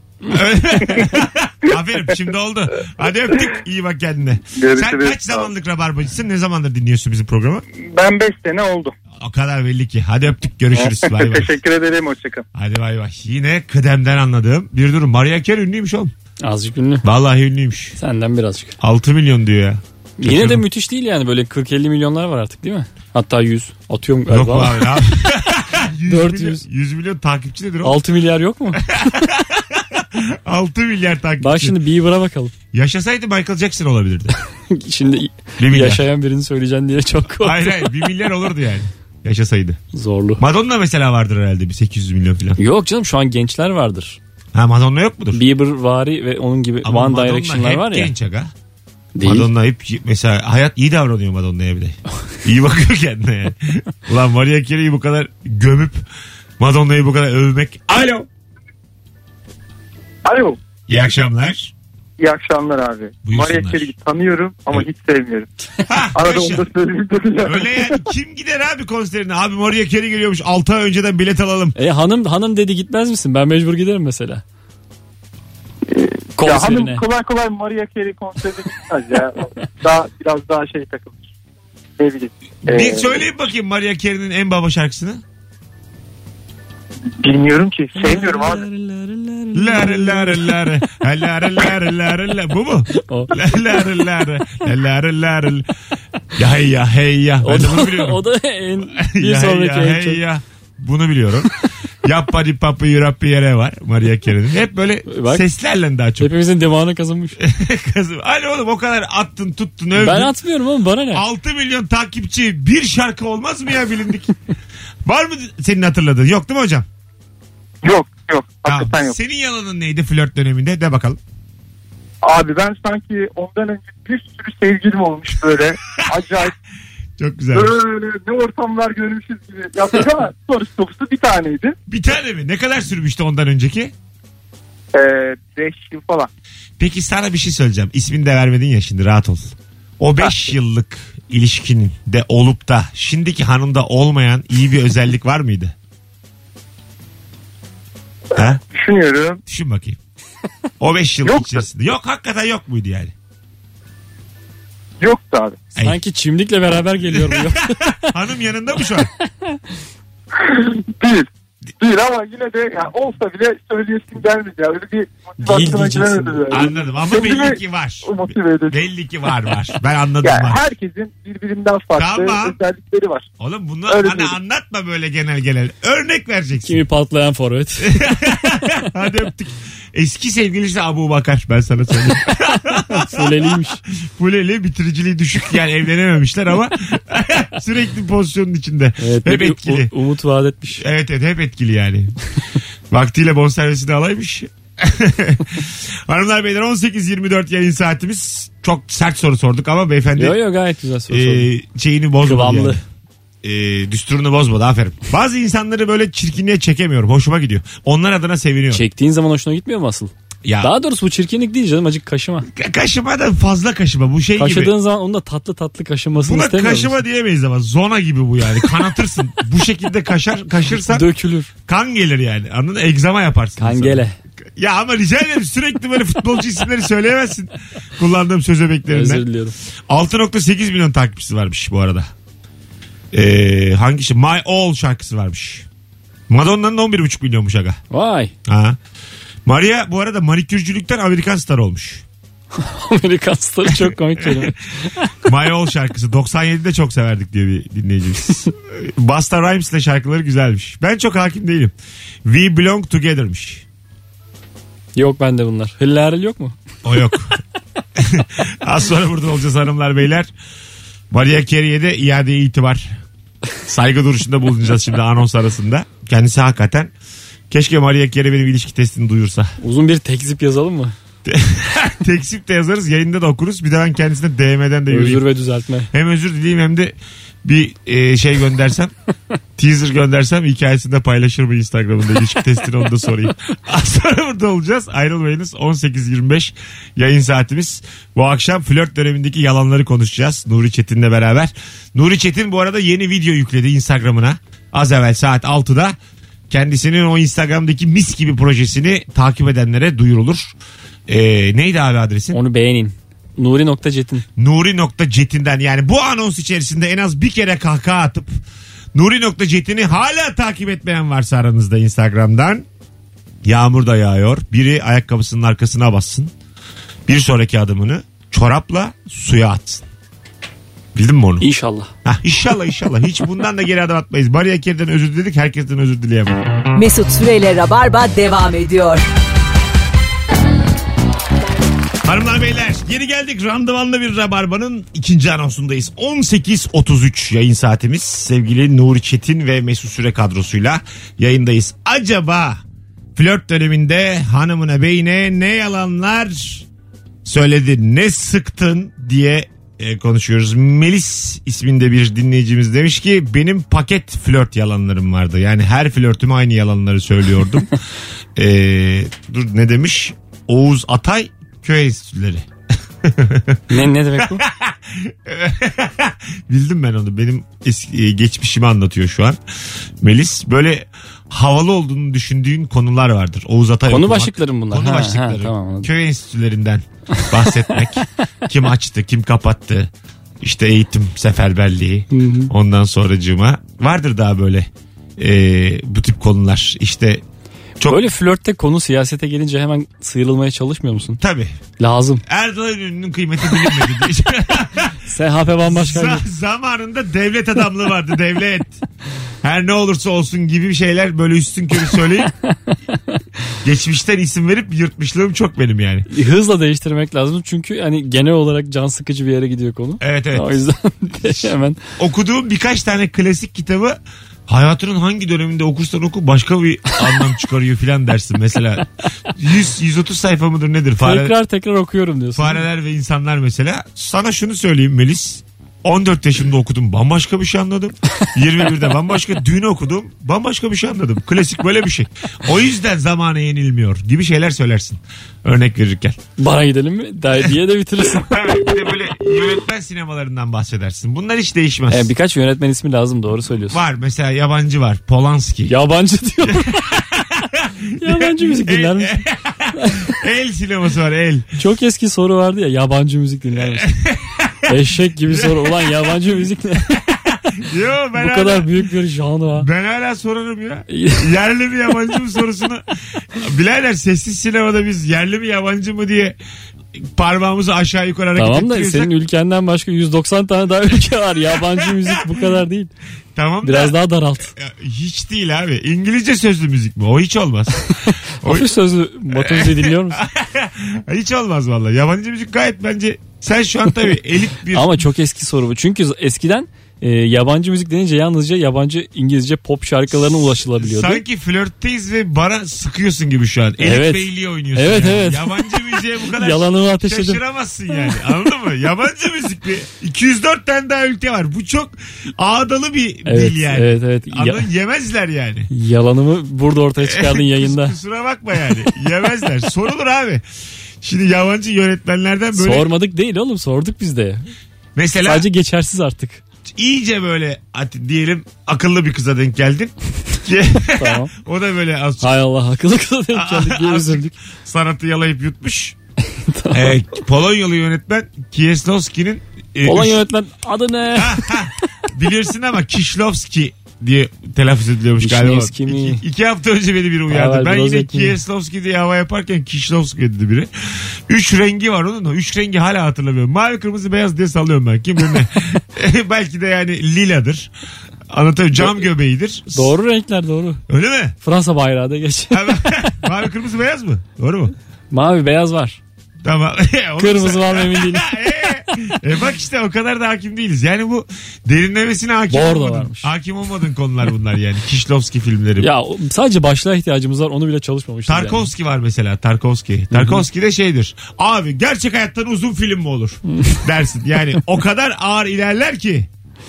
[SPEAKER 2] Aferin, şimdi oldu. Hadi öptük, iyi bak kendine.
[SPEAKER 7] Görüşürüz.
[SPEAKER 2] Sen kaç zamanlık rabarbacısın? Ne zamandır dinliyorsun bizim programı?
[SPEAKER 7] Ben beş sene oldu.
[SPEAKER 2] O kadar belli ki. Hadi öptük, görüşürüz. Bay bay.
[SPEAKER 7] Teşekkür ederim, hoşçakalın.
[SPEAKER 2] Hadi bay bay. Yine kıdemden anladığım bir durum. Mariah Carey ünlüymüş oğlum.
[SPEAKER 3] Azıcık ünlü.
[SPEAKER 2] Vallahi ünlüymüş.
[SPEAKER 3] Senden birazcık.
[SPEAKER 2] altı milyon diyor ya.
[SPEAKER 3] Yine de müthiş değil yani, böyle kırk elli milyonlar var artık değil mi? Hatta yüz. Atıyorum
[SPEAKER 2] Yok
[SPEAKER 3] galiba.
[SPEAKER 2] abi ya. yüz
[SPEAKER 3] dört
[SPEAKER 2] milyon,
[SPEAKER 3] yüz.
[SPEAKER 2] yüz milyon takipçi nedir o?
[SPEAKER 3] altı milyar yok mu?
[SPEAKER 2] altı milyar takipçi.
[SPEAKER 3] Bak şimdi Bieber'a bakalım.
[SPEAKER 2] Yaşasaydı Michael Jackson olabilirdi.
[SPEAKER 3] Şimdi
[SPEAKER 2] Bir milyar.
[SPEAKER 3] yaşayan birini söyleyeceksin diye çok korktum.
[SPEAKER 2] Hayır hayır, bir milyar olurdu yani. Yaşasaydı.
[SPEAKER 3] Zorlu.
[SPEAKER 2] Madonna mesela vardır herhalde, bir sekiz yüz milyon falan.
[SPEAKER 3] Yok canım, şu an gençler vardır.
[SPEAKER 2] Ha, Madonna yok mudur?
[SPEAKER 3] Bieber vari ve onun gibi
[SPEAKER 2] Ama
[SPEAKER 3] One
[SPEAKER 2] Madonna
[SPEAKER 3] Direction'lar
[SPEAKER 2] hep
[SPEAKER 3] var ya.
[SPEAKER 2] genç aga.
[SPEAKER 3] Değil.
[SPEAKER 2] Madonna hep mesela, hayat iyi davranıyor Madonna'ya bir de. İyi bakıyor kendine yani. Ulan Mariah Carey'i bu kadar gömüp Madonna'yı bu kadar övmek. Alo.
[SPEAKER 7] Alo.
[SPEAKER 2] İyi akşamlar.
[SPEAKER 7] İyi akşamlar abi.
[SPEAKER 2] Buyursunlar.
[SPEAKER 7] Mariah Carey'i tanıyorum ama
[SPEAKER 2] Evet.
[SPEAKER 7] hiç sevmiyorum.
[SPEAKER 2] Ha,
[SPEAKER 7] Arada
[SPEAKER 2] yaşa.
[SPEAKER 7] onu da söyleyeyim dedim ya.
[SPEAKER 2] Öyle yani, kim gider abi konserine? Abi Mariah Carey geliyormuş, altı ay önceden bilet alalım.
[SPEAKER 3] E hanım hanım dedi gitmez misin? Ben mecbur giderim mesela.
[SPEAKER 7] Ya
[SPEAKER 3] Konserine.
[SPEAKER 7] hanım kolay kolay Mariah Carey konserine gitmez ya. Daha biraz daha şey takılır. Ne bileyim.
[SPEAKER 2] Bir
[SPEAKER 7] Ee,
[SPEAKER 2] söyleyin bakayım Mariah Carey'nin en baba şarkısını.
[SPEAKER 7] Bilmiyorum ki. Sevmiyorum abi.
[SPEAKER 2] Lare lare lare lare lare lare lare. Bu mu?
[SPEAKER 3] O.
[SPEAKER 2] Lare lare lare lare lare. Ya hey ya hey ya. Ben
[SPEAKER 3] O
[SPEAKER 2] de bunu
[SPEAKER 3] da,
[SPEAKER 2] biliyorum.
[SPEAKER 3] o da en bir
[SPEAKER 2] Ya hey
[SPEAKER 3] sonraki
[SPEAKER 2] ya
[SPEAKER 3] en
[SPEAKER 2] hey
[SPEAKER 3] çok.
[SPEAKER 2] ya. Bunu biliyorum. Yappa di papı yurappi yere var Mariah Carey'nin. Hep böyle
[SPEAKER 3] Bak.
[SPEAKER 2] seslerle daha çok.
[SPEAKER 3] Hepimizin demağını kazanmış.
[SPEAKER 2] Kızım. Hani oğlum, o kadar attın tuttun övdün.
[SPEAKER 3] Ben atmıyorum ama bana ne?
[SPEAKER 2] altı milyon takipçi, bir şarkı olmaz mı ya bilindik? Var mı senin hatırladığın? Yok değil mi hocam?
[SPEAKER 7] Yok yok.
[SPEAKER 2] Tamam.
[SPEAKER 7] Hakikaten yok.
[SPEAKER 2] Senin yalanın neydi flört döneminde? De bakalım.
[SPEAKER 7] Abi ben sanki ondan önce bir sürü sevgilim olmuş böyle. Acayip
[SPEAKER 2] Çok güzel.
[SPEAKER 7] böyle ne ortamlar görmüşüz gibi yaptık ama sonuç sorusu bir taneydi.
[SPEAKER 2] Bir tane mi? Ne kadar sürmüştü ondan önceki?
[SPEAKER 7] Ee, beş yıl falan.
[SPEAKER 2] Peki sana bir şey söyleyeceğim. İsmini de vermedin ya, şimdi rahat ol. O beş yıllık ilişkinin de olup da şimdiki hanımda olmayan iyi bir özellik var mıydı? Ha?
[SPEAKER 7] Düşünüyorum.
[SPEAKER 2] Düşün bakayım. O beş yıl
[SPEAKER 7] Yoktu.
[SPEAKER 2] içerisinde. Yok, hakikaten yok muydu yani?
[SPEAKER 7] Yoktu abi.
[SPEAKER 2] Ay,
[SPEAKER 3] Sanki çimdikle beraber geliyor bu. Yok.
[SPEAKER 2] hanım yanında mı şu an?
[SPEAKER 7] Değil. Değil ama yine de ya olsa bile söyleyesim gelmedi ya. Öyle bir motivasyona
[SPEAKER 3] diyeceksin.
[SPEAKER 7] giremedim yani.
[SPEAKER 2] Anladım ama
[SPEAKER 7] Kendimi
[SPEAKER 2] belli ki var.
[SPEAKER 7] motive edeceğim.
[SPEAKER 2] Belli ki var var. Ben anladım
[SPEAKER 7] Yani
[SPEAKER 2] var.
[SPEAKER 7] herkesin birbirinden farklı
[SPEAKER 2] Tamam.
[SPEAKER 7] özellikleri var.
[SPEAKER 2] Oğlum bunu
[SPEAKER 7] Öyle
[SPEAKER 2] bana
[SPEAKER 7] diyelim.
[SPEAKER 2] anlatma böyle genel genel. Örnek vereceksin.
[SPEAKER 3] Kimi patlayan forvet.
[SPEAKER 2] Hadi öptük. Eski sevgilisi Abu Bakar, ben sana söyleyeyim.
[SPEAKER 3] Fuleliymiş.
[SPEAKER 2] Fuleli, bitiriciliği düşük, yani evlenememişler ama sürekli pozisyonun içinde.
[SPEAKER 3] Evet,
[SPEAKER 2] hep
[SPEAKER 3] bir
[SPEAKER 2] etkili.
[SPEAKER 3] u- umut vaat etmiş.
[SPEAKER 2] Evet evet, hep etkili yani. Vaktiyle bonservisini alaymış. Hanımlar beyler, on sekiz yirmi dört yayın saatimiz. Çok sert soru sorduk ama beyefendi
[SPEAKER 3] Yo yo gayet güzel soru
[SPEAKER 2] e,
[SPEAKER 3] sordun.
[SPEAKER 2] şeyini bozmadı
[SPEAKER 3] Kıvamlı.
[SPEAKER 2] yani. E, düsturunu bozmadı, aferin. Bazı insanları böyle çirkinliğe çekemiyorum. Hoşuma gidiyor. Onlar adına seviniyorum.
[SPEAKER 3] Çektiğin zaman hoşuna gitmiyor mu asıl?
[SPEAKER 2] Ya,
[SPEAKER 3] Daha doğrusu bu çirkinlik değil canım, acık kaşıma.
[SPEAKER 2] ka- kaşıma da fazla kaşıma. Bu şey
[SPEAKER 3] Kaşıdığın
[SPEAKER 2] gibi.
[SPEAKER 3] zaman onun da tatlı tatlı kaşınmasını
[SPEAKER 2] Buna
[SPEAKER 3] istemiyor
[SPEAKER 2] kaşıma
[SPEAKER 3] musun?
[SPEAKER 2] diyemeyiz ama zona gibi bu yani. Kanatırsın. Bu şekilde kaşar kaşırsan
[SPEAKER 3] Dökülür.
[SPEAKER 2] kan gelir yani. Anladın mı? Egzama yaparsın.
[SPEAKER 3] Kangele.
[SPEAKER 2] Sana. Ya ama rica ederim, sürekli böyle futbolcu isimleri söyleyemezsin. Kullandığım söz öbeklerinden.
[SPEAKER 3] Özür diliyorum.
[SPEAKER 2] altı nokta sekiz milyon takipçisi varmış bu arada. Ee, hangisi? My All şarkısı varmış. Madonna'nın on bir buçuk milyonmuş aga.
[SPEAKER 3] Vay.
[SPEAKER 2] Ha. Maria bu arada manikürcülükten Amerikan star olmuş.
[SPEAKER 3] Amerikan starı çok komik kelime.
[SPEAKER 2] My All şarkısı doksan yedide çok severdik diyor bir dinleyicimiz. Busta Rhymes'le şarkıları güzelmiş. Ben çok hakim değilim. We Belong Together'mış.
[SPEAKER 3] Yok bende bunlar. Hıllaril yok mu?
[SPEAKER 2] O yok. Az sonra burada olacağız hanımlar beyler. Maria Carey'e de iade itibar. Saygı duruşunda bulunacağız şimdi anons arasında. Kendisi hakikaten, keşke Maria Carey benim ilişki testini duyursa.
[SPEAKER 3] Uzun bir tekzip yazalım mı?
[SPEAKER 2] Teksip de yazarız, yayında da okuruz. Bir de ben kendisine D M'den de yürüyeyim.
[SPEAKER 3] Özür ve düzeltme.
[SPEAKER 2] Hem özür dileyim hem de bir e, şey göndersem, teaser göndersem hikayesini de paylaşır mı Instagram'ında, ilişki testini, onu da sorayım. Az sonra burada olacağız. Ayrılmayınız. on sekiz yirmi beş yayın saatimiz. Bu akşam flört dönemindeki yalanları konuşacağız Nuri Çetin'le beraber. Nuri Çetin bu arada yeni video yükledi Instagram'ına. Az evvel saat altıda. Kendisinin o Instagram'daki mis gibi projesini takip edenlere duyurulur. Ee, neydi abi adresin?
[SPEAKER 3] Onu beğenin. Nuri nokta Cetin.
[SPEAKER 2] Nuri nokta Cetin'den, yani bu anons içerisinde en az bir kere kahkaha atıp Nuri nokta Cetin'i hala takip etmeyen varsa aranızda Instagram'dan, yağmur da yağıyor. Biri ayakkabısının arkasına bassın. Bir sonraki adımını çorapla suya atsın. Bildin mi onu?
[SPEAKER 3] İnşallah.
[SPEAKER 2] Hah, inşallah inşallah. Hiç bundan da geri adım atmayız. Maria Carey'den özür diledik. Herkesten özür dileyemem.
[SPEAKER 1] Mesut Süreyle Rabarba devam ediyor.
[SPEAKER 2] Hanımlar beyler, geri geldik. Randımanlı bir Rabarba'nın ikinci anonsundayız. on sekiz otuz üç yayın saatimiz. Sevgili Nuri Çetin ve Mesut Süre kadrosuyla yayındayız. Acaba flört döneminde hanımına beyine ne yalanlar söyledin, ne sıktın diye e, konuşuyoruz. Melis isminde bir dinleyicimiz demiş ki benim paket flört yalanlarım vardı. Yani her flörtüme aynı yalanları söylüyordum. e, dur ne demiş? Oğuz Atay köy enstitüleri.
[SPEAKER 3] Ne, ne demek bu?
[SPEAKER 2] Bildim ben onu. Benim eski, geçmişimi anlatıyor şu an. Melis, böyle havalı olduğunu düşündüğün konular vardır. Oğuz Atay
[SPEAKER 3] Konu
[SPEAKER 2] okumak.
[SPEAKER 3] başlıkları mı bunlar?
[SPEAKER 2] Konu
[SPEAKER 3] Ha,
[SPEAKER 2] başlıkları.
[SPEAKER 3] ha, tamam, anladım.
[SPEAKER 2] Köy enstitülerinden bahsetmek. Kim açtı, kim kapattı. İşte eğitim seferberliği.
[SPEAKER 3] Hı hı.
[SPEAKER 2] Ondan sonracığıma vardır daha böyle e, bu tip konular. İşte çok...
[SPEAKER 3] Böyle flörtte konu siyasete gelince hemen sıyrılmaya çalışmıyor musun?
[SPEAKER 2] Tabii.
[SPEAKER 3] Lazım.
[SPEAKER 2] Erdoğan ünlünün kıymeti bilinmedi.
[SPEAKER 3] S H P bambaşka.
[SPEAKER 2] Z- zamanında devlet adamlığı vardı, devlet. Her ne olursa olsun gibi şeyler böyle üstünkörü söyleyip geçmişten isim verip yırtmışlığım çok benim yani.
[SPEAKER 3] Hızla değiştirmek lazım çünkü hani genel olarak can sıkıcı bir yere gidiyor konu.
[SPEAKER 2] Evet evet.
[SPEAKER 3] O yüzden hemen.
[SPEAKER 2] Okuduğum birkaç tane klasik kitabı hayatının hangi döneminde okursan oku başka bir anlam çıkarıyor filan dersin. Mesela yüz yüz otuz sayfa mıdır nedir? Fare,
[SPEAKER 3] Tekrar tekrar okuyorum diyorsun.
[SPEAKER 2] fareler ve insanlar mesela. Sana şunu söyleyeyim Melis. on dört yaşımda okudum, bambaşka bir şey anladım. yirmi birde bambaşka, dün okudum, bambaşka bir şey anladım. Klasik böyle bir şey. O yüzden zamana yenilmiyor gibi şeyler söylersin. Örnek verirken.
[SPEAKER 3] Bara gidelim mi? Daha diye de bitirirsin.
[SPEAKER 2] Evet, bir de böyle yönetmen sinemalarından bahsedersin. Bunlar hiç değişmez.
[SPEAKER 3] E, birkaç yönetmen ismi lazım, doğru söylüyorsun.
[SPEAKER 2] Var mesela, yabancı var. Polanski.
[SPEAKER 3] Yabancı diyorum. Yabancı müzik dinler misin?
[SPEAKER 2] El sineması var, el.
[SPEAKER 3] Çok eski soru vardı ya, yabancı müzik dinler misin? Eşek gibi soru. Ulan yabancı müzik ne?
[SPEAKER 2] Yo, ben
[SPEAKER 3] Bu
[SPEAKER 2] hala,
[SPEAKER 3] kadar büyük bir janra.
[SPEAKER 2] ben hala sorarım ya. Yerli mi yabancı mı sorusunu. Birader, sessiz sinemada biz yerli mi yabancı mı diye parmağımızı aşağı yukarı hareket
[SPEAKER 3] Tamam da
[SPEAKER 2] ettiriyorsak.
[SPEAKER 3] senin ülkenden başka yüz doksan tane daha ülke var. Yabancı müzik bu kadar değil.
[SPEAKER 2] Tamam
[SPEAKER 3] Biraz
[SPEAKER 2] da,
[SPEAKER 3] daha daralt.
[SPEAKER 2] hiç değil abi. İngilizce sözlü müzik mi? O hiç olmaz.
[SPEAKER 3] Hafif sözlü Batı müziği dinliyor musun?
[SPEAKER 2] Hiç olmaz vallahi. Yabancı müzik gayet bence sen şu an tabii elit bir...
[SPEAKER 3] Ama çok eski soru bu. Çünkü eskiden e, yabancı müzik denince yalnızca yabancı İngilizce pop şarkılarına ulaşılabiliyordu.
[SPEAKER 2] Sanki flörtteyiz ve bana sıkıyorsun gibi şu an. Elit
[SPEAKER 3] Evet.
[SPEAKER 2] Beyliği oynuyorsun.
[SPEAKER 3] Evet,
[SPEAKER 2] yani.
[SPEAKER 3] evet.
[SPEAKER 2] Yabancı müziğe bu kadar
[SPEAKER 3] Yalanımı ateşledim.
[SPEAKER 2] şaşıramazsın yani. Anladın mı? Yabancı müzik bir. iki yüz dört tane daha ülke var. Bu çok ağdalı bir
[SPEAKER 3] Evet,
[SPEAKER 2] dil yani.
[SPEAKER 3] evet, evet.
[SPEAKER 2] Anladın?
[SPEAKER 3] Ya-
[SPEAKER 2] Yemezler yani.
[SPEAKER 3] Yalanımı burada ortaya çıkardın yayında.
[SPEAKER 2] Kusura bakma yani. Yemezler. Sorulur abi. Şimdi yabancı yönetmenlerden böyle...
[SPEAKER 3] Sormadık değil oğlum, sorduk biz de.
[SPEAKER 2] Mesela
[SPEAKER 3] Sadece geçersiz artık.
[SPEAKER 2] iyice böyle at- diyelim akıllı bir kıza denk geldin. Ki
[SPEAKER 3] Tamam.
[SPEAKER 2] o da böyle az
[SPEAKER 3] Hay Allah, akıllı kıza denk geldik diye
[SPEAKER 2] Azıcık
[SPEAKER 3] üzüldük.
[SPEAKER 2] sanatı yalayıp yutmuş. Ee, Polonyalı yönetmen Kieslowski'nin e,
[SPEAKER 3] Olan
[SPEAKER 2] üç-
[SPEAKER 3] yönetmen adı ne?
[SPEAKER 2] bilirsin ama Kieslowski diye telaffuz ediliyormuş galiba.
[SPEAKER 3] Kieslowski mi?
[SPEAKER 2] İki, iki hafta önce beni biri uyardı.
[SPEAKER 3] Evet,
[SPEAKER 2] ben yine
[SPEAKER 3] Brozek mi?
[SPEAKER 2] Kieslowski diye hava yaparken Kieslowski dedi biri. Üç rengi var onun. O üç rengi hala hatırlamıyorum. Mavi, kırmızı, beyaz diye sallıyorum ben. Kim bilir ne. Belki de yani liladır. Anlatayım, cam göbeğidir.
[SPEAKER 3] Doğru renkler, doğru.
[SPEAKER 2] Öyle mi?
[SPEAKER 3] Fransa bayrağı da geç.
[SPEAKER 2] Mavi, kırmızı, beyaz mı? Doğru mu?
[SPEAKER 3] Mavi beyaz var.
[SPEAKER 2] Tamam. Onu
[SPEAKER 3] Kırmızı
[SPEAKER 2] sen-
[SPEAKER 3] var mı emin değilim.
[SPEAKER 2] e, e bak işte o kadar da hakim değiliz. Yani bu derinlemesine hakim
[SPEAKER 3] Bordo
[SPEAKER 2] olmadın.
[SPEAKER 3] varmış.
[SPEAKER 2] Hakim olmadın konular bunlar yani. Kieslowski filmleri.
[SPEAKER 3] Ya o- sadece başlığa ihtiyacımız var, onu bile çalışmamışız.
[SPEAKER 2] Tarkovski var mesela, Tarkovski. Tarkovski de şeydir. Abi gerçek hayattan uzun film mi olur? Dersin. Yani o kadar ağır ilerler ki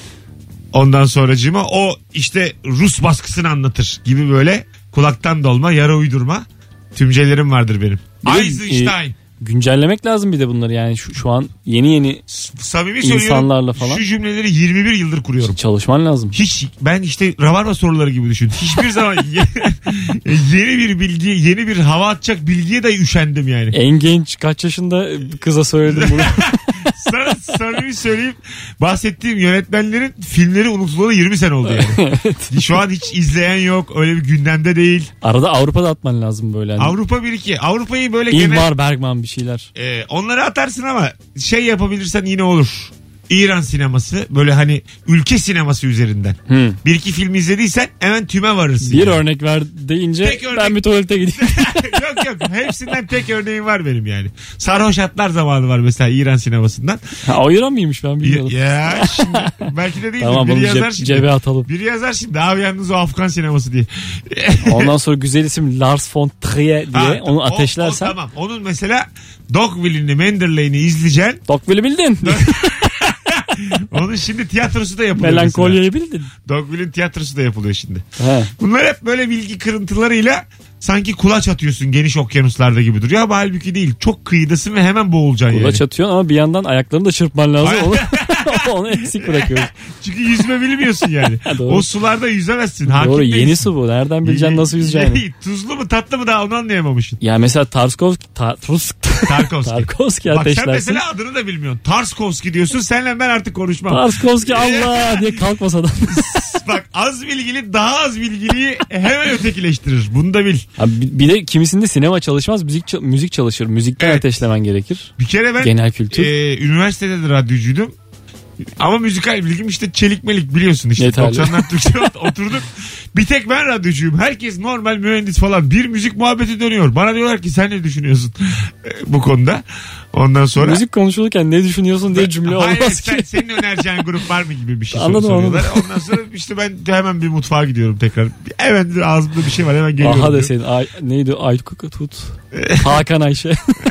[SPEAKER 2] ondan sonracığıma o işte Rus baskısını anlatır gibi böyle kulaktan dolma, yara uydurma tümcelerim vardır benim.
[SPEAKER 3] Bir de,
[SPEAKER 2] Eisenstein.
[SPEAKER 3] Yani. Güncellemek lazım bir de bunları yani şu, şu an yeni yeni
[SPEAKER 2] Samimi söylüyorum.
[SPEAKER 3] insanlarla falan.
[SPEAKER 2] Şu cümleleri yirmi bir yıldır kuruyorum.
[SPEAKER 3] çalışman lazım.
[SPEAKER 2] Hiç ben işte rabarba soruları gibi düşün. Hiçbir zaman yeni bir bilgi, yeni bir hava atacak bilgiye de üşendim yani.
[SPEAKER 3] En genç kaç yaşında kıza söyledim bunu.
[SPEAKER 2] Sana samimi söyleyeyim, bahsettiğim yönetmenlerin filmleri unutulalı yirmi sene oldu yani. Şu an hiç izleyen yok. Öyle bir gündemde değil.
[SPEAKER 3] Arada Avrupa'da atman lazım böyle. Hani.
[SPEAKER 2] Avrupa bir iki. Avrupa'yı böyle genel...
[SPEAKER 3] İlmar Bergman bir şeyler.
[SPEAKER 2] E, onları atarsın ama şey yapabilirsen yine olur. İran sineması böyle hani ülke sineması üzerinden.
[SPEAKER 3] Hmm.
[SPEAKER 2] Bir iki film izlediysen hemen tüme varırsın.
[SPEAKER 3] Bir
[SPEAKER 2] yani.
[SPEAKER 3] örnek ver deyince
[SPEAKER 2] Tek örnek-
[SPEAKER 3] ben bir tuvalete gideyim.
[SPEAKER 2] yok yok hepsinden tek örneğim var benim yani. Sarhoş Atlar zamanı var mesela İran sinemasından.
[SPEAKER 3] Ha, o İran mıymış ben
[SPEAKER 2] Ya,
[SPEAKER 3] bilmiyordum.
[SPEAKER 2] ya şimdi belki de değil.
[SPEAKER 3] Tamam,
[SPEAKER 2] Biri
[SPEAKER 3] bunu
[SPEAKER 2] yazar
[SPEAKER 3] cep-
[SPEAKER 2] şimdi.
[SPEAKER 3] cebe atalım.
[SPEAKER 2] Biri yazar şimdi abi yalnız o Afgan sineması diye.
[SPEAKER 3] Ondan sonra güzel isim Lars von Trier diye
[SPEAKER 2] Ha,
[SPEAKER 3] onu
[SPEAKER 2] o-
[SPEAKER 3] ateşlersen.
[SPEAKER 2] o tamam. Onun mesela Dogville'ini, Manderley'ini izleyeceksin.
[SPEAKER 3] Dogville'i bildin.
[SPEAKER 2] Onun şimdi tiyatrosu da yapılıyor mesela.
[SPEAKER 3] Melankolyeyi bildin.
[SPEAKER 2] Dogville'in tiyatrosu da yapılıyor şimdi.
[SPEAKER 3] He.
[SPEAKER 2] Bunlar hep böyle bilgi kırıntılarıyla sanki kulaç atıyorsun geniş okyanuslarda gibi duruyor ama halbuki değil. Çok kıyıdasın ve hemen boğulacaksın
[SPEAKER 3] Kulaç
[SPEAKER 2] yani.
[SPEAKER 3] atıyorsun ama bir yandan ayaklarını da çırpman lazım. Onu, onu eksik bırakıyoruz.
[SPEAKER 2] Çünkü yüzme bilmiyorsun yani.
[SPEAKER 3] Doğru.
[SPEAKER 2] O sularda yüzemezsin. Hakim
[SPEAKER 3] Doğru,
[SPEAKER 2] değilsin.
[SPEAKER 3] yeni su bu. Nereden bileceksin nasıl yüzeceğini?
[SPEAKER 2] Tuzlu mu tatlı mı daha onu anlayamamışsın.
[SPEAKER 3] Ya mesela Tarkovski, Tar-
[SPEAKER 2] Tarkovski.
[SPEAKER 3] Tarkovski
[SPEAKER 2] Bak sen
[SPEAKER 3] ateşlersin.
[SPEAKER 2] mesela adını da bilmiyorsun. Tarskovski diyorsun. Senle ben artık konuşmam.
[SPEAKER 3] Tarkovski Allah diye kalkmasadan.
[SPEAKER 2] Bak az bilgili daha az bilgiliyi hemen ötekileştirir. Bunu da bil.
[SPEAKER 3] Abi bir bir de kimisinde sinema çalışmaz, müzik çal- müzik çalışır. Müzikten
[SPEAKER 2] Evet.
[SPEAKER 3] ateşlemen gerekir.
[SPEAKER 2] Bir kere ben
[SPEAKER 3] Genel kültür.
[SPEAKER 2] e, üniversitede de radyocuydum. Ama müzikal bilgim işte çelik melik biliyorsun işte.
[SPEAKER 3] Yeterli.
[SPEAKER 2] doksanlar Türkçe oturduk. Bir tek ben radyocuyum. Herkes normal mühendis falan. Bir müzik muhabbeti dönüyor. Bana diyorlar ki sen ne düşünüyorsun e, bu konuda? Ondan sonra...
[SPEAKER 3] Müzik konuşulurken ne düşünüyorsun diye cümle
[SPEAKER 2] Hayır,
[SPEAKER 3] olmaz
[SPEAKER 2] sen,
[SPEAKER 3] ki.
[SPEAKER 2] senin önereceğin grup var mı gibi bir şey
[SPEAKER 3] Anladım,
[SPEAKER 2] soruyorlar. Ondan sonra işte ben hemen bir mutfağa gidiyorum tekrar. Hemen ağzımda bir şey var hemen geliyorum.
[SPEAKER 3] Aha
[SPEAKER 2] diyor.
[SPEAKER 3] deseydin. Ay, neydi? Aykut Tut. Hakan Ayşe.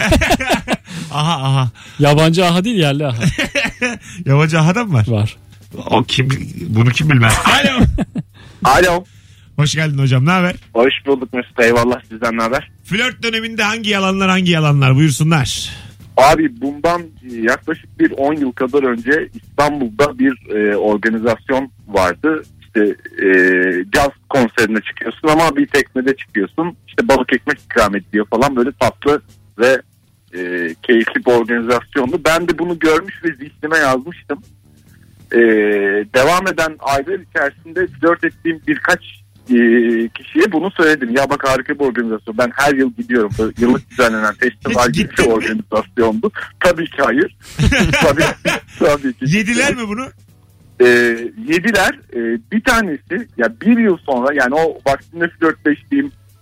[SPEAKER 2] Aha aha.
[SPEAKER 3] Yabancı aha değil, yerli aha.
[SPEAKER 2] Yabancı ahadan mı var?
[SPEAKER 3] Var.
[SPEAKER 2] O kim? Bunu kim bilmez. Alo.
[SPEAKER 7] Alo.
[SPEAKER 2] Hoş geldin hocam. Ne haber?
[SPEAKER 7] Hoş bulduk Mesut. Eyvallah, sizden ne haber?
[SPEAKER 2] Flört döneminde hangi yalanlar hangi yalanlar buyursunlar.
[SPEAKER 7] Abi bundan yaklaşık bir on yıl kadar önce İstanbul'da bir e, organizasyon vardı. İşte e, caz konserine çıkıyorsun ama bir teknede çıkıyorsun. İşte balık ekmek ikram ediliyor falan, böyle tatlı ve e, keyifli bir organizasyondu. Ben de bunu görmüş ve zihnime yazmıştım. E, devam eden aylar içerisinde flört ettiğim birkaç e, kişiye bunu söyledim. Ya bak harika bir organizasyon. Ben her yıl gidiyorum. Böyle yıllık düzenlenen festival
[SPEAKER 2] Hiç
[SPEAKER 7] gibi bir
[SPEAKER 2] gittin mi?
[SPEAKER 7] organizasyondu. Tabii ki hayır. tabii, tabii ki.
[SPEAKER 2] Yediler mi bunu?
[SPEAKER 7] E, yediler. E, bir tanesi ya bir yıl sonra, yani o vaktinde flörtleştiğim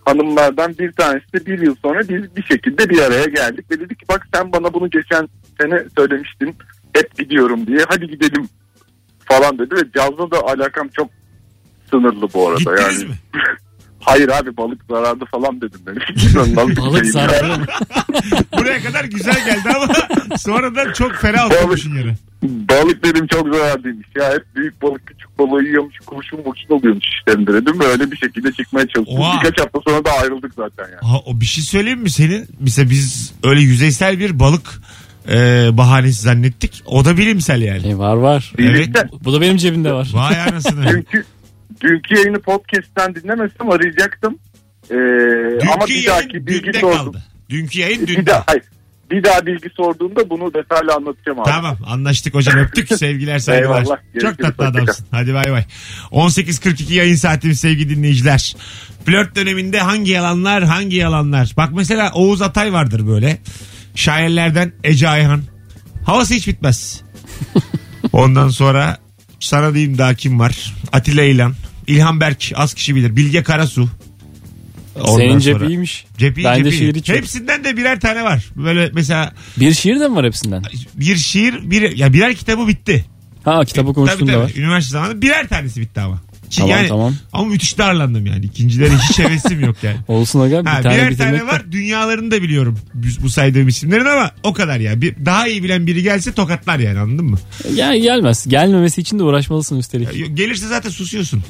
[SPEAKER 7] hanımlardan bir tanesi de bir yıl sonra biz bir şekilde bir araya geldik ve dedi ki bak sen bana bunu geçen sene söylemiştin hep gidiyorum diye, hadi gidelim falan dedi ve cazla da alakam çok sınırlı bu arada.
[SPEAKER 2] Gittiniz
[SPEAKER 7] yani.
[SPEAKER 2] mi?
[SPEAKER 7] Hayır abi, balık zararlı falan dedim ben.
[SPEAKER 3] Balık zararlı mı?
[SPEAKER 2] Buraya kadar güzel geldi ama sonradan çok ferah oturmuşsun yere.
[SPEAKER 7] Balık dedim çok zararlıymış ya, hep büyük balık küçük balığı yiyormuş, kurşun kurşun oluyormuş işlerinde dedim ve öyle bir şekilde çıkmaya çalıştım.
[SPEAKER 2] Oha.
[SPEAKER 7] Birkaç hafta sonra da ayrıldık zaten yani.
[SPEAKER 2] Ha, o bir şey söyleyeyim mi senin? Mesela biz öyle yüzeysel bir balık e, bahanesi zannettik. O da bilimsel yani.
[SPEAKER 3] E, var var.
[SPEAKER 2] Evet.
[SPEAKER 3] Bu, bu da benim cebimde var.
[SPEAKER 2] Vay anasını.
[SPEAKER 7] Dünkü, dünkü yayını podcast'ten dinlemesem arayacaktım. Ee, ama
[SPEAKER 2] Dünkü
[SPEAKER 7] bir
[SPEAKER 2] yayın
[SPEAKER 7] dahaki bilgi
[SPEAKER 2] dünde
[SPEAKER 7] sordum.
[SPEAKER 2] kaldı. Dünkü yayın
[SPEAKER 7] Bir
[SPEAKER 2] dünde.
[SPEAKER 7] daha, hayır, bir daha bilgi sorduğumda bunu detaylı anlatacağım abi.
[SPEAKER 2] Tamam anlaştık hocam, öptük. Sevgiler saygılar.
[SPEAKER 7] Eyvallah,
[SPEAKER 2] Çok
[SPEAKER 7] görüşürüz,
[SPEAKER 2] tatlı
[SPEAKER 7] hoşça
[SPEAKER 2] adamsın. Hadi bay bay. on sekiz kırk iki yayın saatimiz sevgili dinleyiciler. Flört döneminde hangi yalanlar hangi yalanlar. Bak mesela Oğuz Atay vardır böyle. Şairlerden Ece Ayhan. Havası hiç bitmez. Ondan sonra sana diyeyim daha kim var? Atilla İlhan. İlhan Berk az kişi bilir. Bilge Karasu. Ondan
[SPEAKER 3] Senin
[SPEAKER 2] sonra-
[SPEAKER 3] cepiymiş.
[SPEAKER 2] Cepi,
[SPEAKER 3] Ben de
[SPEAKER 2] cepi.
[SPEAKER 3] şiiri çok.
[SPEAKER 2] Hepsinden de birer tane var. Böyle mesela
[SPEAKER 3] Bir şiir de mi var hepsinden?
[SPEAKER 2] bir şiir, bir ya birer kitabı bitti.
[SPEAKER 3] Ha, kitabı konuştuğum
[SPEAKER 2] Tabii,
[SPEAKER 3] da
[SPEAKER 2] tabii.
[SPEAKER 3] var.
[SPEAKER 2] Üniversite zamanında birer tanesi bitti ama. Ki
[SPEAKER 3] Tamam,
[SPEAKER 2] yani,
[SPEAKER 3] tamam.
[SPEAKER 2] Ama müthiş darlandım yani. İkincileri hiç hevesim yok yani.
[SPEAKER 3] Olsun aga, bir
[SPEAKER 2] Ha,
[SPEAKER 3] tane
[SPEAKER 2] birer
[SPEAKER 3] bitirmek
[SPEAKER 2] tane
[SPEAKER 3] de-
[SPEAKER 2] var. Dünyalarını da biliyorum. Bu, bu saydığım isimlerin ama o kadar ya. Bir, daha iyi bilen biri gelse tokatlar yani, anladın mı?
[SPEAKER 3] Gel, gelmez. Gelmemesi için de uğraşmalısın üstelik.
[SPEAKER 2] Ya, gelirse zaten susuyorsun.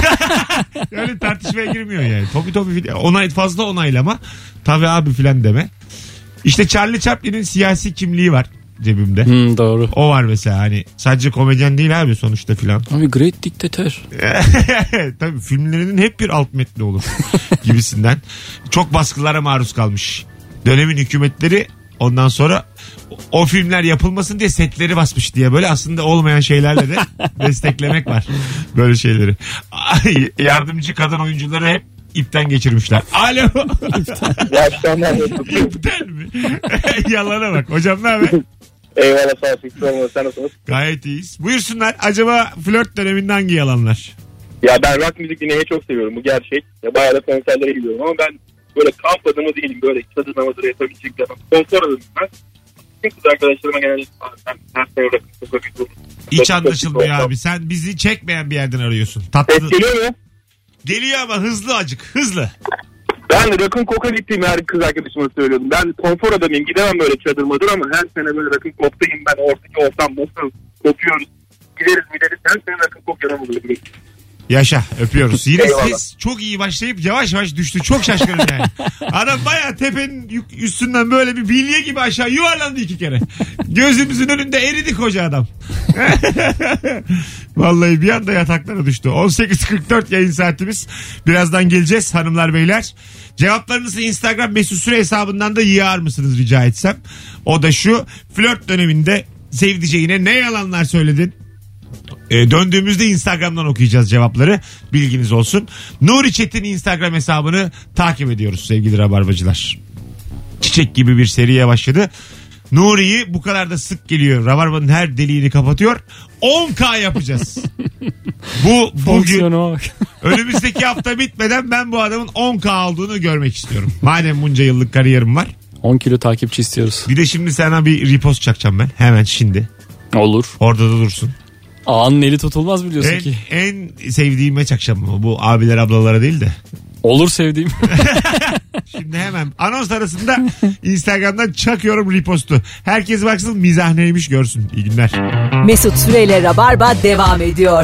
[SPEAKER 2] Yani tartışmaya girmiyor yani. Topi topi filan. Onay, fazla onaylama. Tabii abi filan deme. İşte Charlie Chaplin'in siyasi kimliği var cebimde.
[SPEAKER 3] Hmm, doğru.
[SPEAKER 2] O var mesela, hani sadece komedyen değil abi sonuçta filan.
[SPEAKER 3] Abi Great Dictator.
[SPEAKER 2] Tabii filmlerinin hep bir alt metni olur gibisinden. Çok baskılara maruz kalmış. Dönemin hükümetleri ondan sonra o filmler yapılmasın diye setleri basmış diye böyle aslında olmayan şeylerle de desteklemek var böyle şeyleri. Ay, yardımcı kadın oyuncuları hep ipten geçirmişler. Alo.
[SPEAKER 8] İyi akşamlar.
[SPEAKER 2] İpten mi? Yalana bak. Hocam ne haber?
[SPEAKER 8] Eyvallah, sağ olsun. Sen nasılsın?
[SPEAKER 2] Gayet iyiyiz. Buyursunlar. Acaba flört döneminde hangi yalanlar?
[SPEAKER 8] Ya ben rock müzik dinlemeyi çok seviyorum. Bu gerçek. Ya bayağı da konserlere gidiyorum ama ben böyle kamp adamı değilim. Böyle çadır namazı yapabilecek bir adam. Konser adamım ben. Bütün kız arkadaşlarıma genelde ben her sene rock müzik gidiyorum.
[SPEAKER 2] Hiç anlaşılmıyor abi. Sen bizi çekmeyen bir yerden arıyorsun.
[SPEAKER 8] Ses
[SPEAKER 2] Tatlı.
[SPEAKER 8] geliyor mu?
[SPEAKER 2] Geliyor ama hızlı acık. Hızlı.
[SPEAKER 8] Ben Rock'n Coke'a gittiğim her kız arkadaşıma söylüyordum. Ben konfor adamıyım. Gidemem böyle çadır madır ama her sene böyle Rock'n Coke'dayım. Ben oradaki ortam nasıl kopuyoruz. Gideriz gideriz. Her sene Rock'n Coke yanım oluyor.
[SPEAKER 2] Yaşa, öpüyoruz. Yine
[SPEAKER 8] Eyvallah.
[SPEAKER 2] ses çok iyi başlayıp yavaş yavaş düştü. Çok şaşkınım yani. Adam bayağı tepenin yük- üstünden böyle bir bilye gibi aşağı yuvarlandı iki kere. Gözümüzün önünde eridi koca adam. Vallahi bir anda yataklara düştü. on sekiz kırk dört yayın saatimiz. Birazdan geleceğiz hanımlar beyler. Cevaplarınızı Instagram mesut süre hesabından da yığar mısınız rica etsem. O da şu: flört döneminde sevdiceğine ne yalanlar söyledin? E, döndüğümüzde Instagram'dan okuyacağız cevapları. Bilginiz olsun. Nuri Çetin Instagram hesabını takip ediyoruz sevgili rabarbacılar. Çiçek gibi bir seriye başladı. Nuri'yi bu kadar da sık geliyor. Rabarba'nın her deliğini kapatıyor. on K yapacağız. Bu bugün
[SPEAKER 3] Fonksiyona bak.
[SPEAKER 2] önümüzdeki hafta bitmeden ben bu adamın on K olduğunu görmek istiyorum. Madem bunca yıllık kariyerim var.
[SPEAKER 3] on kilo takipçi istiyoruz.
[SPEAKER 2] Bir de şimdi sana bir repost çakacağım ben. Hemen şimdi.
[SPEAKER 3] Olur.
[SPEAKER 2] Orada da dursun.
[SPEAKER 3] Ağanın eli tutulmaz biliyorsun
[SPEAKER 2] En,
[SPEAKER 3] ki.
[SPEAKER 2] en sevdiğime çakacağım. Bu abiler ablalara değil de.
[SPEAKER 3] Olur sevdiğim.
[SPEAKER 2] Şimdi hemen anons arasında Instagram'dan çakıyorum repostu. Herkes baksın mizah neymiş görsün. İyi günler.
[SPEAKER 1] Mesut Süreyle Rabarba devam ediyor.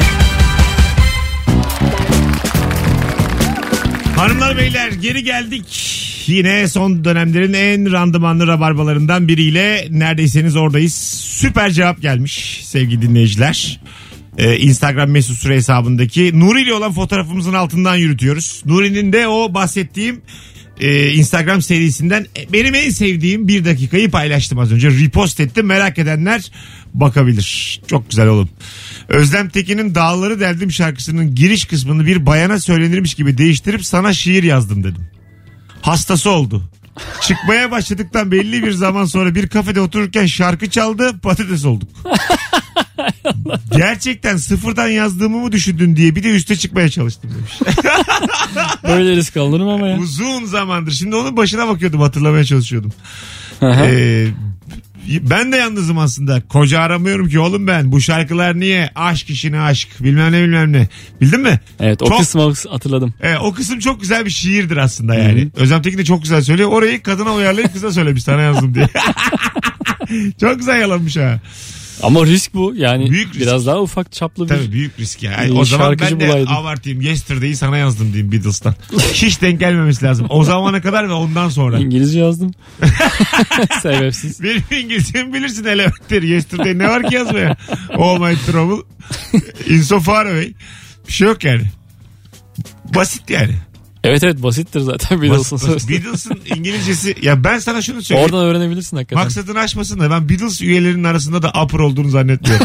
[SPEAKER 2] Hanımlar beyler geri geldik. Yine son dönemlerin en randımanlı rabarbalarından biriyle neredeyseniz oradayız. Süper cevap gelmiş sevgili dinleyiciler. Ee, Instagram mesut süre hesabındaki Nuri ile olan fotoğrafımızın altından yürütüyoruz. Nuri'nin de o bahsettiğim e, Instagram serisinden benim en sevdiğim bir dakikayı paylaştım az önce. Repost ettim, merak edenler bakabilir. Çok güzel oğlum. Özlem Tekin'in Dağları Deldim şarkısının giriş kısmını bir bayana söylenirmiş gibi değiştirip sana şiir yazdım dedim. Hastası oldu. Çıkmaya başladıktan belli bir zaman sonra bir kafede otururken şarkı çaldı, patates olduk. Gerçekten sıfırdan yazdığımı mı düşündün diye bir de üste çıkmaya çalıştım demiş.
[SPEAKER 3] Böyle risk alınırım ama ya.
[SPEAKER 2] Uzun zamandır. Şimdi onun başına bakıyordum, hatırlamaya çalışıyordum. ee, ben de yalnızım aslında. Koca aramıyorum ki oğlum ben. Bu şarkılar niye? Aşk işine aşk. Bilmem ne bilmem ne. Bildin mi?
[SPEAKER 3] Evet, o
[SPEAKER 2] çok,
[SPEAKER 3] kısmı hatırladım.
[SPEAKER 2] E, o kısım çok güzel bir şiirdir aslında yani. Hı-hı. Özlem Tekin de çok güzel söylüyor. Orayı kadına uyarlayıp kıza söylemiş, sana yazdım diye. Çok güzel yalanmış ha.
[SPEAKER 3] Ama risk bu yani,
[SPEAKER 2] büyük risk.
[SPEAKER 3] Biraz daha ufak çaplı bir.
[SPEAKER 2] Tabii büyük risk ya. Yani o zaman ben de bulaydım. Abartayım. Yesterday'i sana yazdım diyeyim Beatles'tan. Hiç denk gelmemesi lazım. O zamana kadar ve ondan sonra.
[SPEAKER 3] İngilizce yazdım. Sebepsiz.
[SPEAKER 2] Benim İngilizcemi bilirsin elementleri. Yesterday ne var ki yazmaya? All my trouble. In so far away. Bir şey yok yani. Basit yani.
[SPEAKER 3] Evet evet, basittir zaten Beatles'ın.
[SPEAKER 2] Bas, Beatles'ın İngilizcesi, ya ben sana şunu söyleyeyim.
[SPEAKER 3] Oradan öğrenebilirsin hakikaten.
[SPEAKER 2] Maksadını aşmasın da ben Beatles üyelerinin arasında da upper olduğunu zannetmiyorum.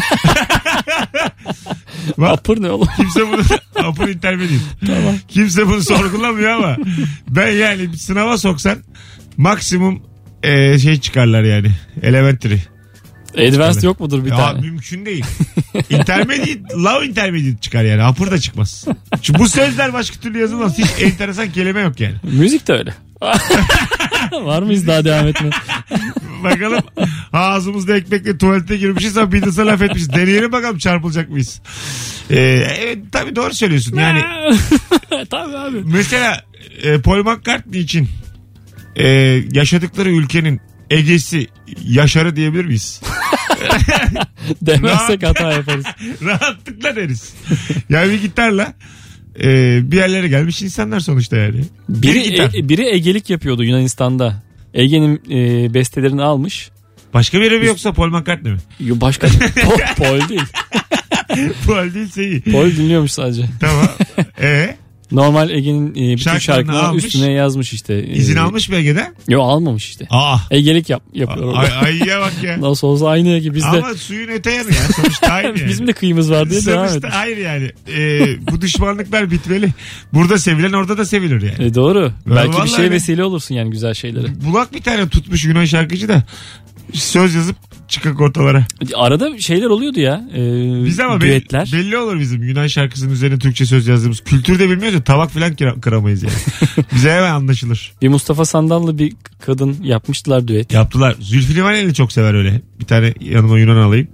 [SPEAKER 3] Upper ne oğlum?
[SPEAKER 2] Kimse bunu upper intermediate.
[SPEAKER 3] Tamam.
[SPEAKER 2] Kimse bunu sorgulamıyor ama ben yani bir sınava soksan maksimum e, şey çıkarlar yani. Elementary.
[SPEAKER 3] Advanced yok mudur bir
[SPEAKER 2] ya,
[SPEAKER 3] tane?
[SPEAKER 2] Mümkün değil. Intermediate, low intermediate çıkar yani. Upper da çıkmaz. Çünkü bu sözler başka türlü yazılmaz. Hiç enteresan kelime yok yani.
[SPEAKER 3] Müzik de öyle. Var mıyız daha devam etme?
[SPEAKER 2] Bakalım ağzımızda ekmekle tuvalete girmişiz ama Beatles'a laf etmişiz. Deneyelim bakalım çarpılacak mıyız? Ee, evet tabii doğru söylüyorsun. Yani
[SPEAKER 3] tabii abi.
[SPEAKER 2] Mesela e, Paul McCartney için e, yaşadıkları ülkenin Ege'si Yaşar'ı diyebilir miyiz?
[SPEAKER 3] Demezsek hata yaparız.
[SPEAKER 2] Rahatlıkla deriz. Yani bir gitarla e, bir yerlere gelmiş insanlar sonuçta yani.
[SPEAKER 3] Biri, bir e, biri Ege'lik yapıyordu Yunanistan'da. Ege'nin e, bestelerini almış.
[SPEAKER 2] Başka biri mi yoksa Paul McCartney mi?
[SPEAKER 3] Yok başka. Paul, Paul değil.
[SPEAKER 2] Paul değil iyi.
[SPEAKER 3] Paul dinliyormuş sadece.
[SPEAKER 2] Tamam. Eee?
[SPEAKER 3] Normal Ege'nin e, bütün
[SPEAKER 2] şarkılarını
[SPEAKER 3] şarkılarını üstüne yazmış işte.
[SPEAKER 2] İzin almış mı Ege'den?
[SPEAKER 3] Yok almamış işte.
[SPEAKER 2] Aa.
[SPEAKER 3] Ege'lik yap, yapıyor.
[SPEAKER 2] Ay, ayıya bak ya.
[SPEAKER 3] Nasıl olsa aynı Ege bizde.
[SPEAKER 2] Ama suyun öte yanı ya. Sonuçta aynı yani.
[SPEAKER 3] Bizim de kıyımız var diye devam
[SPEAKER 2] Sonuçta
[SPEAKER 3] etmiş.
[SPEAKER 2] hayır yani. Ee, bu düşmanlıklar bitmeli. Burada sevilen orada da sevilir yani.
[SPEAKER 3] E doğru.
[SPEAKER 2] Ben
[SPEAKER 3] belki bir şeye
[SPEAKER 2] öyle.
[SPEAKER 3] vesile olursun yani güzel şeylere.
[SPEAKER 2] Bulak bir tane tutmuş Yunan şarkıcı da söz yazıp çıkak ortalara.
[SPEAKER 3] Arada şeyler oluyordu ya. E,
[SPEAKER 2] Biz ama
[SPEAKER 3] düetler.
[SPEAKER 2] Belli, belli olur bizim Yunan şarkısının üzerine Türkçe söz yazdığımız. Kültürde bilmiyoruz ya, tabak filan kıra, kıramayız yani. Bize hemen anlaşılır.
[SPEAKER 3] Bir Mustafa Sandallı bir kadın yapmıştılar düet.
[SPEAKER 2] Yaptılar. Zülfü Livaneli çok sever öyle. Bir tane yanıma Yunan alayım.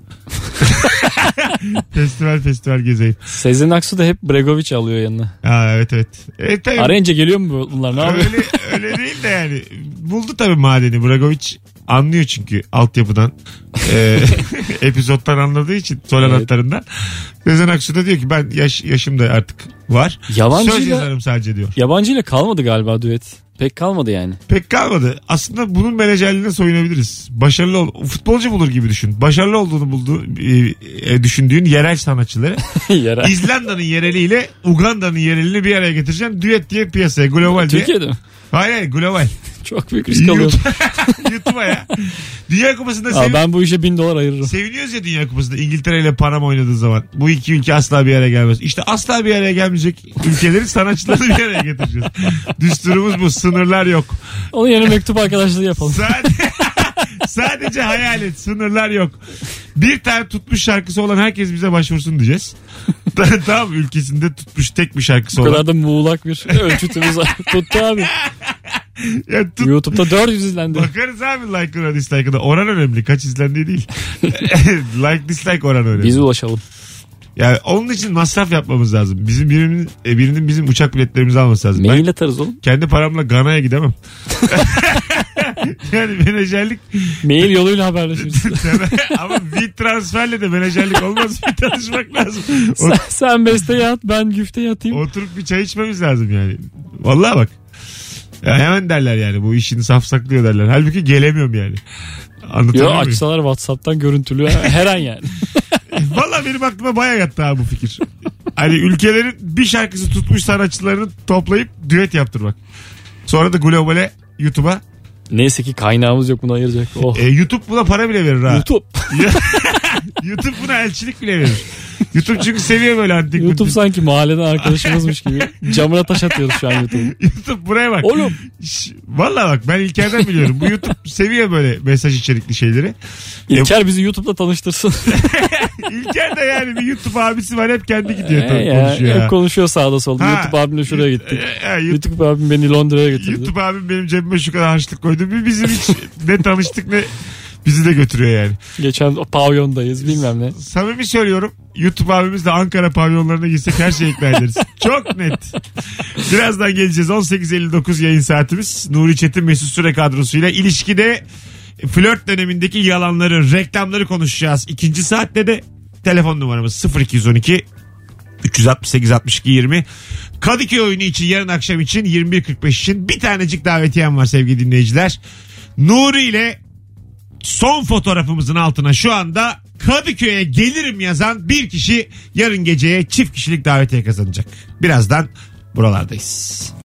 [SPEAKER 2] festival festival gezeyim.
[SPEAKER 3] Sezen Aksu da hep Bregovic alıyor yanına.
[SPEAKER 2] Ha, evet evet. evet tabii.
[SPEAKER 3] Arayınca geliyor mu bunlar? Ne yapıyor?
[SPEAKER 2] Öyle, öyle değil de yani. Buldu tabii madeni. Bregovic anlıyor çünkü altyapıdan. e, epizottan anladığı için toleranlarından. Evet. Sezen Aksu da diyor ki ben yaş, yaşım da artık var.
[SPEAKER 3] Yabancıyla,
[SPEAKER 2] söz yazarım sadece diyor.
[SPEAKER 3] Yabancıyla kalmadı galiba düet. Pek kalmadı yani.
[SPEAKER 2] Pek kalmadı. Aslında bunun menajerliğine soyunabiliriz. Başarılı ol, futbolcu bulur gibi düşün. Başarılı olduğunu bulduğu e, düşündüğün yerel sanatçıları
[SPEAKER 3] yerel.
[SPEAKER 2] İzlanda'nın yereliyle Uganda'nın yerelini bir araya getireceksin. Düet diye piyasaya, global diye.
[SPEAKER 3] Türkiye'de mi?
[SPEAKER 2] Hayır hayır, global.
[SPEAKER 3] Çok büyük risk alıyorum.
[SPEAKER 2] YouTube'a ya. Dünya Kupası'nda
[SPEAKER 3] Aa,
[SPEAKER 2] sev...
[SPEAKER 3] ben bu işe bin dolar ayırırım.
[SPEAKER 2] Seviniyoruz ya Dünya Kupası'nda. İngiltere ile Panama oynadığı zaman. Bu iki ülke asla bir araya gelmez. İşte asla bir araya gelmeyecek ülkeleri sanatçıları bir araya getireceğiz. Düsturumuz bu. Sınırlar yok.
[SPEAKER 3] Onun yerine mektup arkadaşlığı yapalım.
[SPEAKER 2] Sadece, sadece hayal et. Sınırlar yok. Bir tane tutmuş şarkısı olan herkes bize başvursun diyeceğiz. Tamam, ülkesinde tutmuş tek bir şarkısı
[SPEAKER 3] olan.
[SPEAKER 2] O
[SPEAKER 3] kadar da muğlak bir ölçütümüz var. Tuttu abi.
[SPEAKER 2] Ya tut...
[SPEAKER 3] YouTube'da dört yüz izlendi.
[SPEAKER 2] Bakarız abi like'ına dislike'ına. Oran önemli. Kaç izlendiği değil. Like dislike oran önemli.
[SPEAKER 3] Biz ulaşalım.
[SPEAKER 2] Yani onun için masraf yapmamız lazım. Bizim birinin, birinin bizim uçak biletlerimizi alması lazım.
[SPEAKER 3] Mail
[SPEAKER 2] ben
[SPEAKER 3] atarız oğlum.
[SPEAKER 2] Kendi paramla Gana'ya gidemem. Yani menajerlik.
[SPEAKER 3] Mail yoluyla haberleşiriz.
[SPEAKER 2] Ama bir transferle de menajerlik olmaz. Bir tanışmak lazım.
[SPEAKER 3] Sen, sen besteye at, ben güfteye atayım.
[SPEAKER 2] Oturup bir çay içmemiz lazım yani. Vallahi bak. Ya hemen derler yani, bu işini safsaklıyor derler. Halbuki gelemiyorum yani. Anlatabiliyor muyum?
[SPEAKER 3] Açsalar WhatsApp'tan görüntülü her an yani.
[SPEAKER 2] Valla benim aklıma bayağı yattı ha bu fikir. Hani ülkelerin bir şarkısı tutmuş sanatçılarını toplayıp düet yaptırmak. Sonra da globale, YouTube'a.
[SPEAKER 3] Neyse ki kaynağımız yok, bunu ayıracak. Oh.
[SPEAKER 2] E, YouTube buna para bile verir ha.
[SPEAKER 3] YouTube.
[SPEAKER 2] YouTube buna elçilik bile verir. YouTube çünkü seviyor böyle antik.
[SPEAKER 3] YouTube
[SPEAKER 2] kuntik.
[SPEAKER 3] sanki mahalleden arkadaşımızmış gibi. Camına taş atıyoruz şu an YouTube'u.
[SPEAKER 2] YouTube buraya bak.
[SPEAKER 3] Oğlum.
[SPEAKER 2] Şş, Vallahi bak ben İlker'den biliyorum. Bu YouTube seviyor böyle mesaj içerikli şeyleri.
[SPEAKER 3] İlker bizi YouTube'da tanıştırsın.
[SPEAKER 2] İlker de yani bir YouTube abisi var, hep kendi gidiyor
[SPEAKER 3] Ee
[SPEAKER 2] tabii,
[SPEAKER 3] ya,
[SPEAKER 2] konuşuyor.
[SPEAKER 3] hep
[SPEAKER 2] ya.
[SPEAKER 3] konuşuyor sağda solda.
[SPEAKER 2] Ha.
[SPEAKER 3] YouTube abimle şuraya gittik.
[SPEAKER 2] Ee, e, YouTube,
[SPEAKER 3] YouTube abim beni Londra'ya götürdü.
[SPEAKER 2] YouTube abim benim cebime şu kadar harçlık koydu. Bir bizim hiç ne tanıştık ne bizi de götürüyor yani.
[SPEAKER 3] Geçen o pavyondayız bilmem ne.
[SPEAKER 2] Samimi söylüyorum, YouTube abimiz de Ankara pavyonlarına gitsek her şeyi ikna ederiz. Çok net. Birazdan geleceğiz. on sekiz elli dokuz yayın saatimiz. Nuri Çetin Mesut Süre kadrosuyla ilişkide flört dönemindeki yalanları, reklamları konuşacağız. İkinci saatte de telefon numaramız sıfır iki on iki üç altı sekiz altmış iki yirmi. Kadıköy oyunu için yarın akşam için yirmi bir kırk beş için bir tanecik davetiyem var sevgili dinleyiciler. Nuri ile son fotoğrafımızın altına şu anda Kadıköy'e gelirim yazan bir kişi yarın geceye çift kişilik davetiye kazanacak. Birazdan buralardayız.